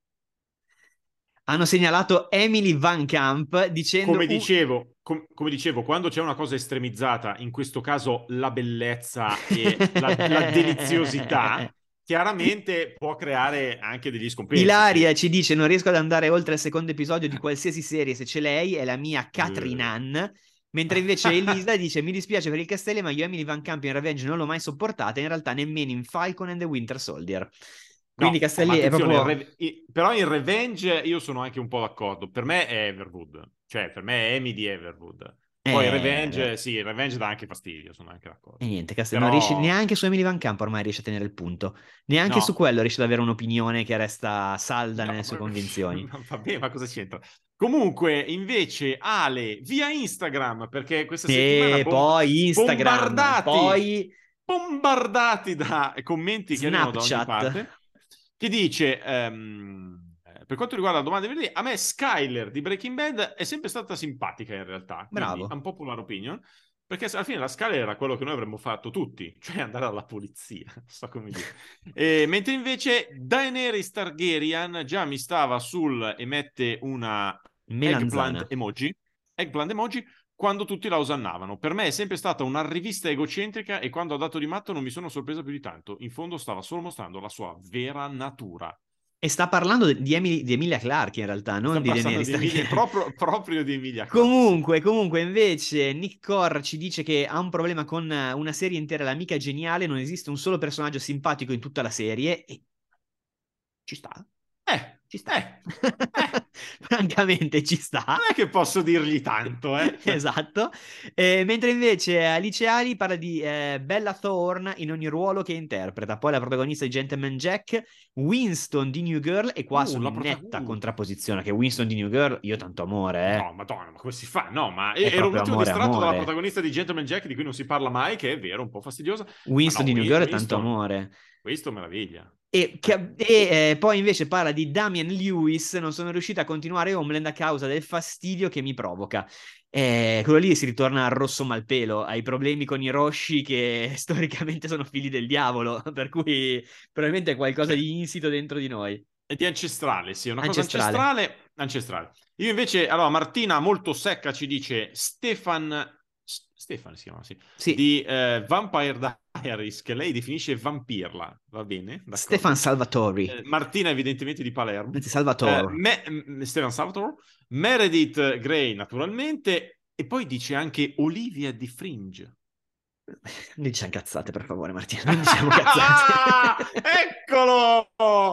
Dicendo... Come dicevo, quando c'è una cosa estremizzata, in questo caso la bellezza e la deliziosità, chiaramente può creare anche degli scompensi. Ilaria ci dice: non riesco ad andare oltre il secondo episodio di qualsiasi serie, se c'è lei è la mia Catherine Hahn. Mentre invece Elisa dice: mi dispiace per il Castelli, ma io Emily Van Camp in Revenge non l'ho mai sopportata, in realtà nemmeno in Falcon and the Winter Soldier. Quindi Castelli è proprio... Però in Revenge io sono anche un po' d'accordo. Per me è Everwood, cioè per me è Amy di Everwood. Poi Revenge, sì, Revenge dà anche fastidio, sono anche d'accordo. E niente, Castelli non riesce neanche su Emily Van Camp, ormai riesce a tenere il punto. Neanche su quello riesce ad avere un'opinione che resta salda nelle sue convinzioni. Vabbè, ma cosa c'entra? Comunque, invece, Ale, via Instagram, perché questa settimana poi Instagram, bombardati. bombardati da commenti che arrivano da ogni Snapchat. parte, che dice, per quanto riguarda la domanda di a me Skyler di Breaking Bad è sempre stata simpatica in realtà, quindi Bravo. unpopular opinion, perché alla fine la Skyler era quello che noi avremmo fatto tutti, cioè andare alla polizia, non so come dire. Mentre invece Daenerys Targaryen già mi stava sul e mette una Melanzana. eggplant emoji, quando tutti la osannavano. Per me è sempre stata una rivista egocentrica e quando ha dato di matto non mi sono sorpresa più di tanto. In fondo stava solo mostrando la sua vera natura. E sta parlando di Emilia Clarke in realtà, non di Daenerys. Proprio di Emilia Clarke. Comunque, invece, Nick Corr ci dice che ha un problema con una serie intera, L'amica geniale, non esiste un solo personaggio simpatico in tutta la serie e ci sta. Ci sta. Francamente ci sta. Non è che posso dirgli tanto, Esatto. Mentre invece Alice Ali parla di Bella Thorne in ogni ruolo che interpreta. Poi la protagonista di Gentleman Jack, Winston di New Girl, e qua sono in netta contrapposizione, che Winston di New Girl, io tanto amore, No, madonna, ma come si fa? No, ma è ero un attimo distratto amore. dalla protagonista di Gentleman Jack, di cui non si parla mai, che è vero, un po' fastidiosa. Winston di New Girl è tanto amore. Questo meraviglia. E poi invece parla di Damian Lewis, non sono riuscito a continuare Homeland a causa del fastidio che mi provoca. Quello lì si ritorna al rosso malpelo, ai problemi con i Roshi che storicamente sono figli del diavolo, per cui probabilmente è qualcosa di insito dentro di noi. È di ancestrale, sì, una cosa ancestrale. Io invece, allora, Martina molto secca ci dice Stefan si chiama, sì. Di Vampire Diaries, che lei definisce vampirla, va bene? D'accordo. Stefan Salvatori. Martina evidentemente di Palermo. Salvatore. Stefan Salvatore. Meredith Grey, naturalmente, e poi dice anche Olivia di Fringe. Non diciamo cazzate, per favore, Martina, non diciamo cazzate. Eccolo!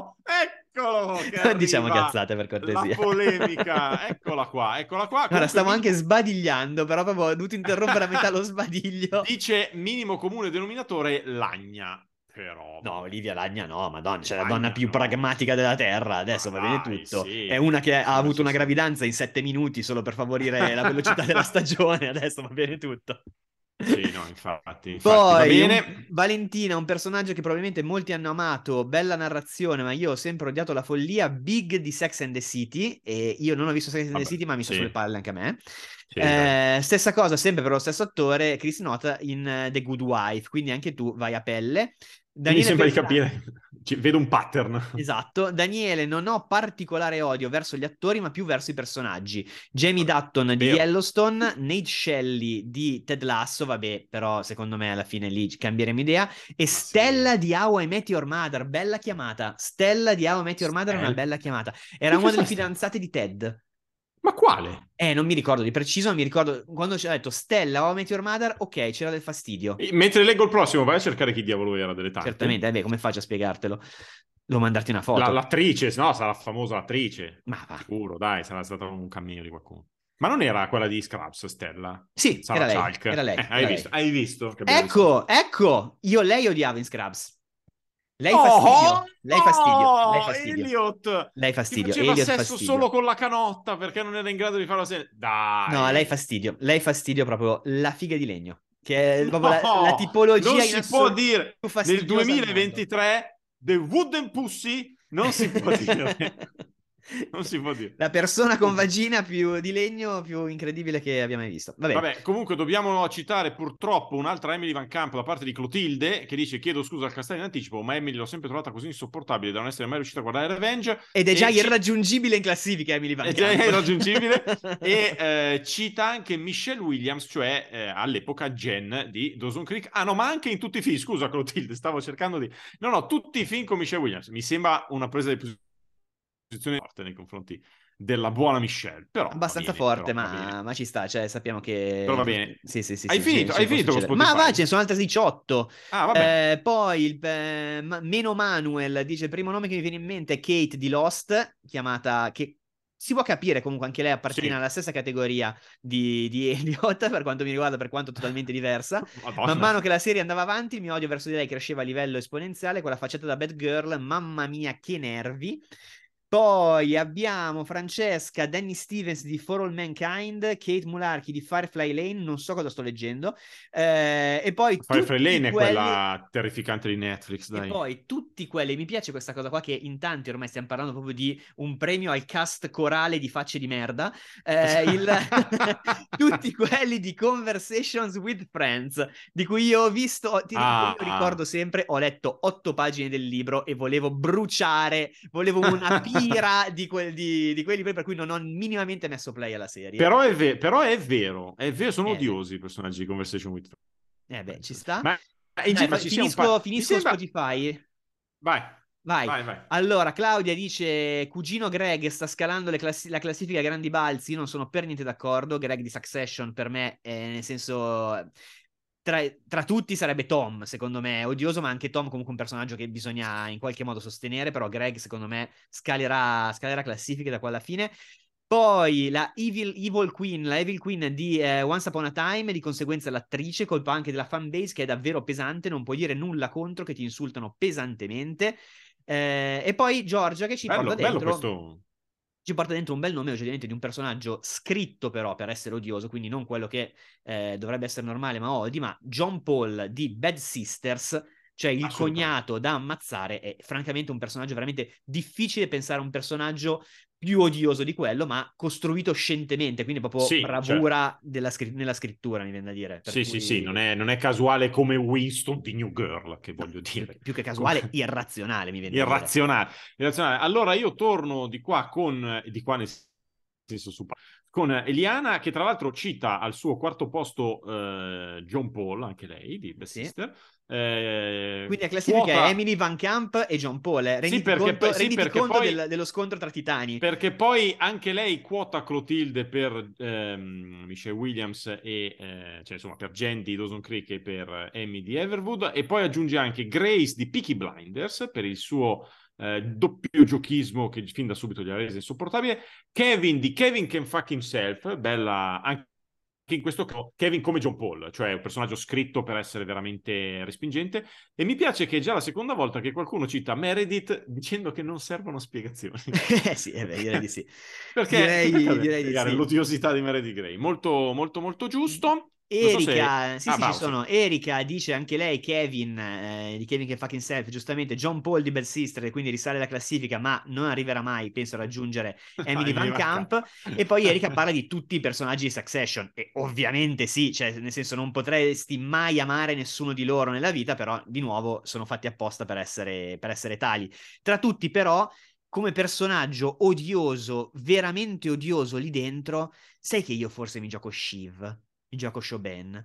Non diciamo cazzate, per cortesia. La polemica, eccola qua. Guarda, stavo anche sbadigliando, però proprio ho dovuto interrompere a metà lo sbadiglio. Dice minimo comune denominatore Lagna. Però no, Olivia Lagna no, madonna, c'è la donna più pragmatica della terra, adesso va bene tutto. Sì. È una che ha avuto una gravidanza in 7 minuti solo per favorire la velocità della stagione, adesso va bene tutto. Sì, no, infatti Poi, va bene. Valentina, un personaggio che probabilmente molti hanno amato, bella narrazione, ma io ho sempre odiato la follia, Big di Sex and the City, e io non ho visto Sex and the City, ma mi sto sulle palle anche a me. Stessa cosa, sempre per lo stesso attore, Chris Noth in The Good Wife, quindi anche tu vai a pelle. Mi sembra di capire, vedo un pattern. Esatto. Daniele, non ho particolare odio verso gli attori, ma più verso i personaggi. Jamie Dutton di Yellowstone, Nate Shelley di Ted Lasso, vabbè, però secondo me alla fine lì cambieremo idea, e Stella di How I Met Your Mother, bella chiamata. Stella di How I Met Your Mother è una bella chiamata. Era una delle fidanzate di Ted. Ma quale? Non mi ricordo di preciso, ma mi ricordo quando ci ha detto Stella, How I Met Your Mother, ok, c'era del fastidio. Mentre leggo il prossimo, vai a cercare chi diavolo era delle tante. Certamente, come faccio a spiegartelo? Devo mandarti una foto. L'attrice, no, sarà la famosa attrice. Ma va. Sicuro, dai, sarà stato un cameo di qualcuno. Ma non era quella di Scrubs, Stella? Sì, Sarah era lei. Hai visto? Ecco, io lei odiavo in Scrubs. Lei fastidio. Elliot! Lei fastidio. Ti faceva Elliot sesso fastidio. solo con la canotta perché non era in grado di farlo sempre. Dai! No, lei fastidio proprio la figa di legno. Che è proprio la tipologia non in si può dire nel fastidiosa 2023 The Wooden Pussy non si può dire. Non si può dire. La persona con vagina più di legno più incredibile che abbia mai visto. Vabbè, comunque dobbiamo citare purtroppo un'altra Emily Van Camp da parte di Clotilde, che dice: chiedo scusa al castello in anticipo, ma Emily l'ho sempre trovata così insopportabile da non essere mai riuscita a guardare Revenge. Ed è già irraggiungibile in classifica Emily Van Camp. È già irraggiungibile. E cita anche Michelle Williams, cioè all'epoca Jen di Dawson's Creek. Ah no, ma anche in tutti i film, scusa Clotilde, stavo cercando di... No, tutti i film con Michelle Williams. Mi sembra una presa di posizione forte nei confronti della buona Michelle, però abbastanza forte, ma ci sta, cioè sappiamo che però va bene. Sì, hai finito con Spotify? Ma va, ce ne sono altre 18. Vabbè. Poi Meno Manuel dice: il primo nome che mi viene in mente è Kate di Lost, chiamata, che si può capire comunque anche lei appartiene alla stessa categoria di Elliot, per quanto mi riguarda, per quanto totalmente diversa. Man mano che la serie andava avanti il mio odio verso di lei cresceva a livello esponenziale con la facciata da bad girl, mamma mia che nervi. Poi abbiamo Francesca, Danny Stevens di For All Mankind, Kate Mularchi di Firefly Lane, non so cosa sto leggendo, e poi Firefly Lane quelli... è quella terrificante di Netflix, dai. E poi tutti quelli, mi piace questa cosa qua che in tanti ormai stiamo parlando proprio di un premio al cast corale di facce di merda, tutti quelli di Conversations with Friends, di cui io ho visto, io ricordo sempre, ho letto 8 pagine del libro e volevo bruciare, volevo una pira di quelli per cui non ho minimamente messo play alla serie. Però è vero, sono odiosi i personaggi di Conversation with Friends. Ci sta. Ma finisco sembra... Spotify. Vai. Allora, Claudia dice: Cugino Greg sta scalando la classifica a grandi balzi. Io non sono per niente d'accordo. Greg di Succession per me, nel senso, tra tutti sarebbe Tom, secondo me. È odioso, ma anche Tom comunque un personaggio che bisogna in qualche modo sostenere. Però Greg, secondo me, scalerà classifiche da qua alla fine. Poi la Evil Queen di Once Upon a Time, di conseguenza l'attrice, colpa anche della fanbase che è davvero pesante, non puoi dire nulla contro, che ti insultano pesantemente. E poi Giorgia che ci porta dentro un bel nome oggettivamente di un personaggio scritto però per essere odioso, quindi non quello che dovrebbe essere normale ma odi, ma John Paul di Bad Sisters, cioè il cognato da ammazzare. È francamente un personaggio veramente difficile pensare a un personaggio più odioso di quello, ma costruito scientemente, quindi proprio bravura nella scrittura, mi viene da dire. Sì, non è casuale come Winston di New Girl, che voglio dire. Più che casuale, irrazionale, mi viene da dire. Irrazionale. Allora io torno di qua nel senso con Eliana, che tra l'altro cita al suo quarto posto John Paul, anche lei, di Best Sister. Quindi la classifica è Emily Van Camp e John Paul. Renditi conto dello scontro tra titani. Perché poi anche lei quota Clotilde per Michelle Williams e cioè insomma per Jen di Dawson Creek e per Amy di Everwood, e poi aggiunge anche Grace di Peaky Blinders per il suo doppio giochismo che fin da subito gli ha reso insopportabile. Kevin di Kevin Can Fuck Himself, bella anche in questo caso Kevin come John Paul, cioè un personaggio scritto per essere veramente respingente. E mi piace che è già la seconda volta che qualcuno cita Meredith dicendo che non servono spiegazioni. Sì, direi di sì. Perché direi di sì. l'odiosità di Meredith Grey, molto molto molto giusto. Erika, ci sono. Erika dice anche lei Kevin di Kevin Can Fucking Self, giustamente John Paul di Bad Sister, quindi risale la classifica, ma non arriverà mai, penso, a raggiungere Emily Van Camp. E poi Erika parla di tutti i personaggi di Succession, e ovviamente sì, cioè nel senso non potresti mai amare nessuno di loro nella vita, però di nuovo sono fatti apposta per essere tali. Tra tutti però, come personaggio odioso, veramente odioso lì dentro, sai che io forse mi gioco Shiv. Mi gioco Shoben.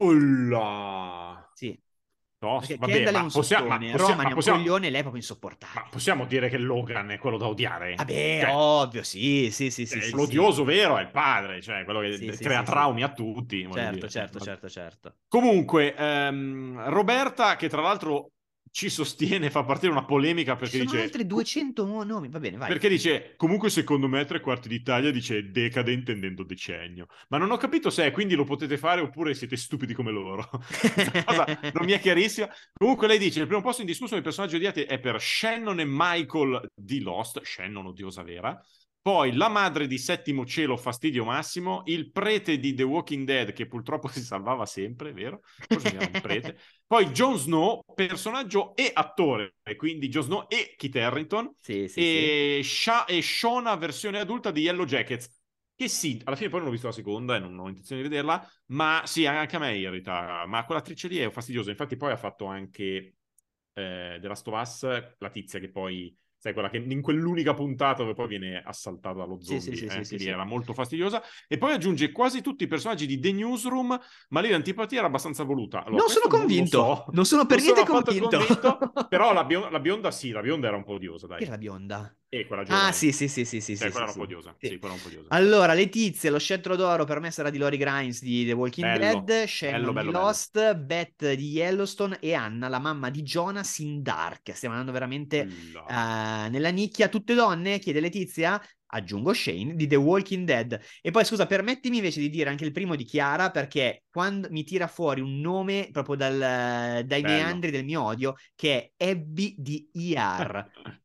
Sì. Perché Kendall è un sottone, Roman è un coglione, lei è proprio insopportabile. Ma possiamo dire che Logan è quello da odiare? Vabbè, ovvio, sì. L'odioso vero è il padre, cioè quello che crea traumi a tutti. Certo. Comunque, Roberta, che tra l'altro ci sostiene, fa partire una polemica perché ci sono dice... altri 200 nomi, va bene, vai. Perché dice, comunque secondo me 3/4 d'Italia dice decade intendendo decennio. Ma non ho capito se è, quindi lo potete fare oppure siete stupidi come loro. Questa cosa non mi è chiarissima. Comunque lei dice, il primo posto indiscusso dei personaggi odiati è per Shannon e Michael di Lost, Shannon odiosa vera. Poi la madre di Settimo Cielo, fastidio massimo. Il prete di The Walking Dead, che purtroppo si salvava sempre, vero? Forse era un prete. Poi Jon Snow, personaggio e attore, quindi Jon Snow e Kit Harington. E Shona, versione adulta di Yellow Jackets. Che sì, alla fine poi non ho visto la seconda e non ho intenzione di vederla, ma sì, anche a me irrita. Ma quell'attrice lì è fastidiosa. Infatti poi ha fatto anche The Last of Us, la tizia che poi... sai, quella che in quell'unica puntata dove poi viene assaltata dallo zombie, lì era molto fastidiosa. E poi aggiunge quasi tutti i personaggi di The Newsroom, ma lì l'antipatia era abbastanza voluta. Allora, non sono convinto, non sono per niente convinto. Però la bionda sì, la bionda era un po' odiosa, dai. Chi era la bionda? Quella giovane. Sì. Quella era un po' odiosa. Sì, quella un po' odiosa. Allora, Letizia, lo scettro d'oro per me sarà di Lori Grimes di The Walking Dead, Shannon di Lost, Beth di Yellowstone e Anna, la mamma di Jonas in Dark. Stiamo andando veramente nella nicchia. Tutte donne, chiede Letizia. Aggiungo Shane di The Walking Dead. E poi scusa, permettimi invece di dire anche il primo di Chiara, perché quando mi tira fuori un nome proprio dai meandri del mio odio, che è Abby di ER.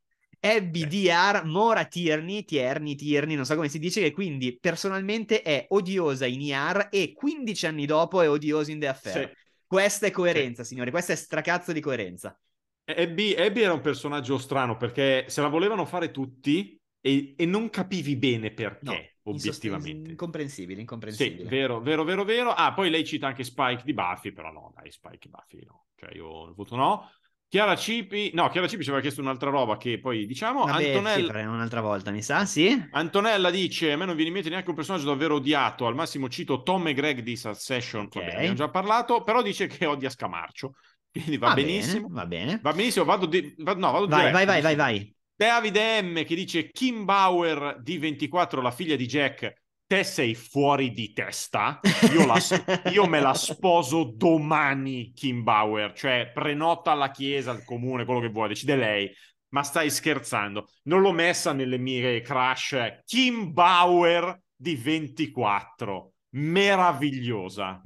Abby DR Mora Tierney, non so come si dice, che quindi personalmente è odiosa in ER e 15 anni dopo è odiosa in The Affair. Sì. Questa è coerenza, signori, questa è stracazzo di coerenza. Abby era un personaggio strano perché se la volevano fare tutti e non capivi bene perché, No, obiettivamente. Incomprensibile. Sì, vero. Ah, poi lei cita anche Spike di Buffy, però no, dai, Spike di Buffy no. Cioè io voto no. Chiara Cipi ci aveva chiesto un'altra roba che poi diciamo. Vabbè, Antonella... sì, faremo un'altra volta, mi sa, sì? Antonella dice, a me non viene in mente neanche un personaggio davvero odiato, al massimo cito Tom e Greg di Succession, Ok. vabbè, abbiamo già parlato, però dice che odia Scamarcio, quindi va benissimo. Va bene. Va benissimo, vado diretto. Vai. David M che dice Kim Bauer di 24, la figlia di Jack, te sei fuori di testa, io me la sposo domani Kim Bauer, cioè prenota alla chiesa, al comune, quello che vuoi, decide lei. Ma stai scherzando? Non l'ho messa nelle mie crush. Kim Bauer di 24. Meravigliosa.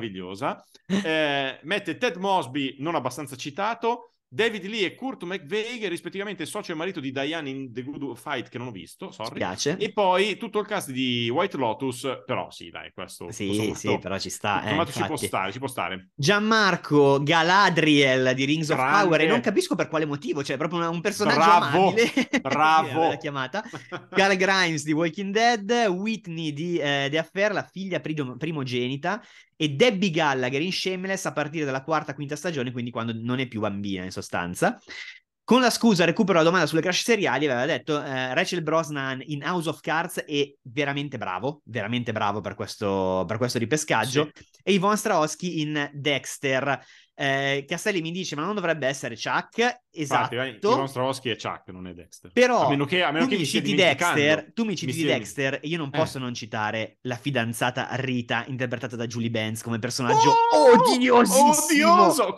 Mette Ted Mosby, non abbastanza citato. David Lee e Kurt McVeigh, rispettivamente socio e marito di Diane in The Good Fight, che non ho visto, sorry. Spiace. E poi tutto il cast di White Lotus, però sì, dai, questo sì, però ci sta. ci può stare. Gianmarco Galadriel di Rings Grande. of Power, e non capisco per quale motivo, cioè proprio un personaggio amabile. Bravo. La chiamata. Carl Grimes di Walking Dead, Whitney di The Affair, la figlia primogenita, e Debbie Gallagher in Shameless a partire dalla quarta-quinta stagione, quindi quando non è più bambina in sostanza. Con la scusa recupero la domanda sulle crush seriali, aveva detto Rachel Brosnan in House of Cards è veramente bravo per questo ripescaggio, sì. E Yvonne Strahovski in Dexter. Castelli mi dice, ma non dovrebbe essere Chuck? Esatto. Infatti, Yvonne Strahovski è Chuck, non è Dexter. Però a meno che mi citi Dexter, tu mi citi Dexter e io non posso non citare la fidanzata Rita, interpretata da Julie Benz come personaggio odiosissimo. Odioso!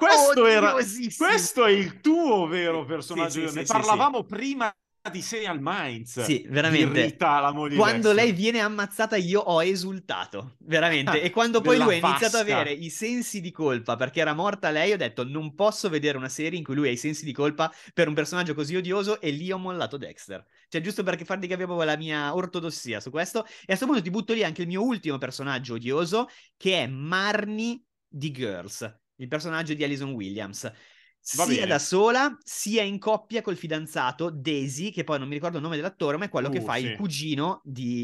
Questo è il tuo vero personaggio. Ne parlavamo prima di Serial Minds. Sì, veramente. Di Rita, la moglie quando Dexter. lei viene ammazzata io ho esultato, veramente. E quando poi lui ha iniziato ad avere i sensi di colpa perché era morta lei, ho detto non posso vedere una serie in cui lui ha i sensi di colpa per un personaggio così odioso, e lì ho mollato Dexter. Cioè, giusto perché farti capire proprio la mia ortodossia su questo. E a questo punto ti butto lì anche il mio ultimo personaggio odioso, che è Marnie di Girls, il personaggio di Alison Williams. Sia da sola, sia in coppia col fidanzato Daisy, che poi non mi ricordo il nome dell'attore, ma è quello che fa il cugino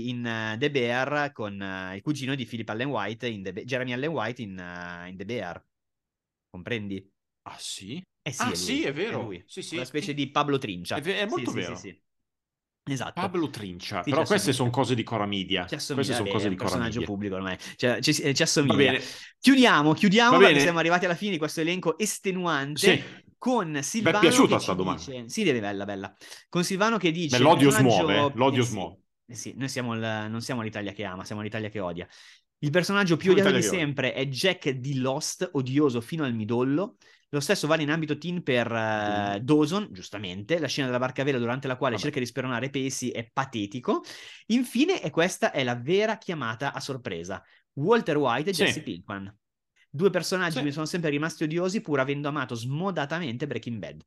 in The Bear, con il cugino di Philip Allen White, Jeremy Allen White in The Bear. Comprendi? Ah sì? Sì, è vero. È lui. Sì. Una specie di Pablo Trincia. È molto vero. Sì. Esatto. Pablo Trincia. Però queste sono cose di Cora Media. Queste sono cose di personaggio pubblico ormai. Ci assomiglia. Va bene. Chiudiamo perché siamo arrivati alla fine di questo elenco estenuante. Sì. Con Silvano. Mi è piaciuta che sta domanda. Dice, sì, bella. Con Silvano che dice: l'odio smuove. L'odio smuove. Sì, noi non siamo l'Italia che ama, siamo l'Italia che odia. Il personaggio più odiato di sempre è Jack di Lost, odioso fino al midollo. Lo stesso vale in ambito teen per Dawson, giustamente. La scena della barca a vela durante la quale cerca di speronare Pacey è patetico. Infine, e questa è la vera chiamata a sorpresa, Walter White e Jesse Pinkman. Due personaggi che mi sono sempre rimasti odiosi pur avendo amato smodatamente Breaking Bad.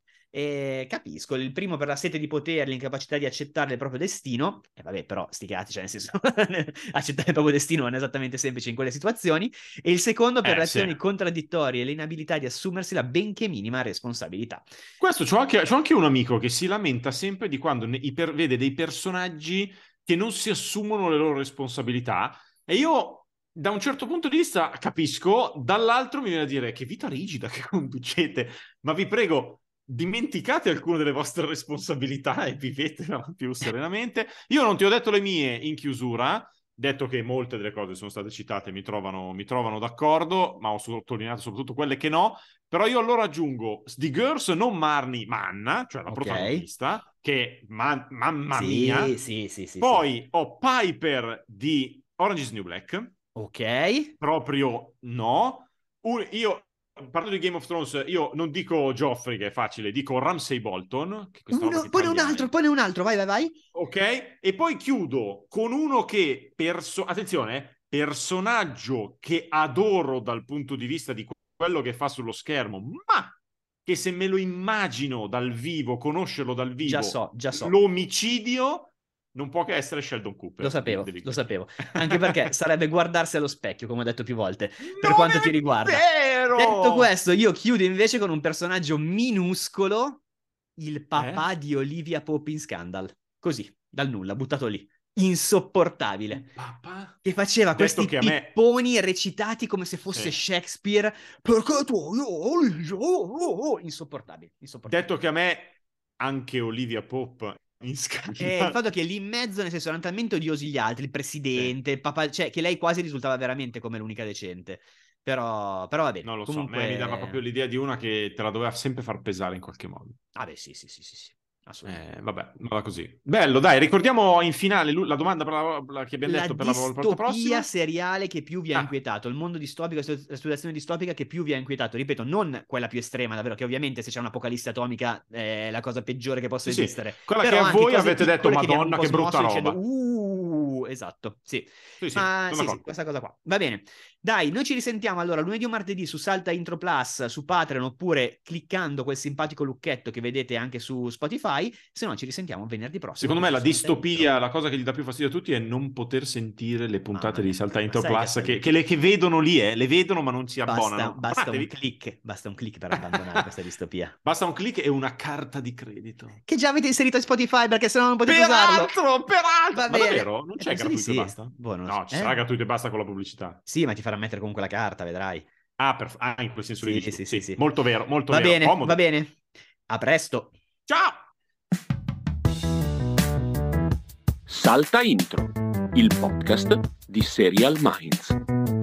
E capisco, il primo per la sete di potere, l'incapacità di accettare il proprio destino, e vabbè, però sti cazzi, cioè nel senso accettare il proprio destino non è esattamente semplice in quelle situazioni, e il secondo per le azioni contraddittorie e l'inabilità di assumersi la benché minima responsabilità. Questo c'ho anche un amico che si lamenta sempre di quando vede dei personaggi che non si assumono le loro responsabilità, e io da un certo punto di vista capisco, dall'altro mi viene a dire che vita rigida che conducete, ma vi prego, dimenticate alcune delle vostre responsabilità e vivetela più serenamente. Io non ti ho detto le mie in chiusura, detto che molte delle cose sono state citate, mi trovano d'accordo, ma ho sottolineato soprattutto quelle che no. Però io allora aggiungo The Girls, non Marnie, ma Anna, cioè la protagonista, che mamma mia. Sì. Poi ho Piper di Orange is the New Black. Ok. Proprio no. Io, parlando di Game of Thrones, io non dico Joffrey, che è facile, dico Ramsay Bolton. Che poi ne un altro, vai. Ok, e poi chiudo con uno che, attenzione, personaggio che adoro dal punto di vista di quello che fa sullo schermo, ma che se me lo immagino dal vivo, conoscerlo dal vivo, già so. L'omicidio non può che essere Sheldon Cooper. Lo sapevo. Anche perché sarebbe guardarsi allo specchio, come ho detto più volte, per quanto ti riguarda. Vero! Detto questo, io chiudo invece con un personaggio minuscolo, il papà di Olivia Pope in Scandal. Così, dal nulla, buttato lì. Insopportabile. Papà? Che faceva questi pipponi recitati come se fosse Shakespeare. Perché tu... Insopportabile. Detto che a me anche Olivia Pope in Scandal. Il fatto che lì in mezzo, nel senso, erano talmente odiosi gli altri, il presidente, il papà, cioè che lei quasi risultava veramente come l'unica decente. Però va bene. Non lo Comunque... so, a me mi dava proprio l'idea di una che te la doveva sempre far pesare in qualche modo. Ah beh, sì. Assolutamente. Vabbè, va così. Bello, dai, ricordiamo in finale la domanda che abbiamo detto per la volta prossima. La distopia seriale che più vi ha inquietato, il mondo distopico, la situazione distopica che più vi ha inquietato. Ripeto, non quella più estrema, davvero, che ovviamente se c'è un'apocalisse atomica è la cosa peggiore che possa esistere. Sì. Quella però che a voi avete detto, Madonna, che brutta roba. Dicendo, esatto, sì. Ma sì, questa cosa qua. Va bene. Dai, noi ci risentiamo allora lunedì o martedì su Salta Intro Plus, su Patreon, oppure cliccando quel simpatico lucchetto che vedete anche su Spotify, se no ci risentiamo venerdì prossimo. Secondo me la distopia, la cosa che gli dà più fastidio a tutti è non poter sentire le puntate di Salta Intro Plus che vedono lì, le vedono ma non si abbonano. Basta un click per abbandonare questa distopia. Basta un click e una carta di credito. Che già avete inserito a Spotify perché sennò non potete usarlo. Peraltro! Ma davvero? Non c'è gratuito e basta? No, ci sarà gratuito e basta con la pubblicità. Sì, ma ti farà mettere comunque la carta, vedrai. In quel senso lì. Sì. Molto vero, molto va vero. Bene, comodo. Va bene. A presto. Ciao! Salta Intro, il podcast di Serial Minds.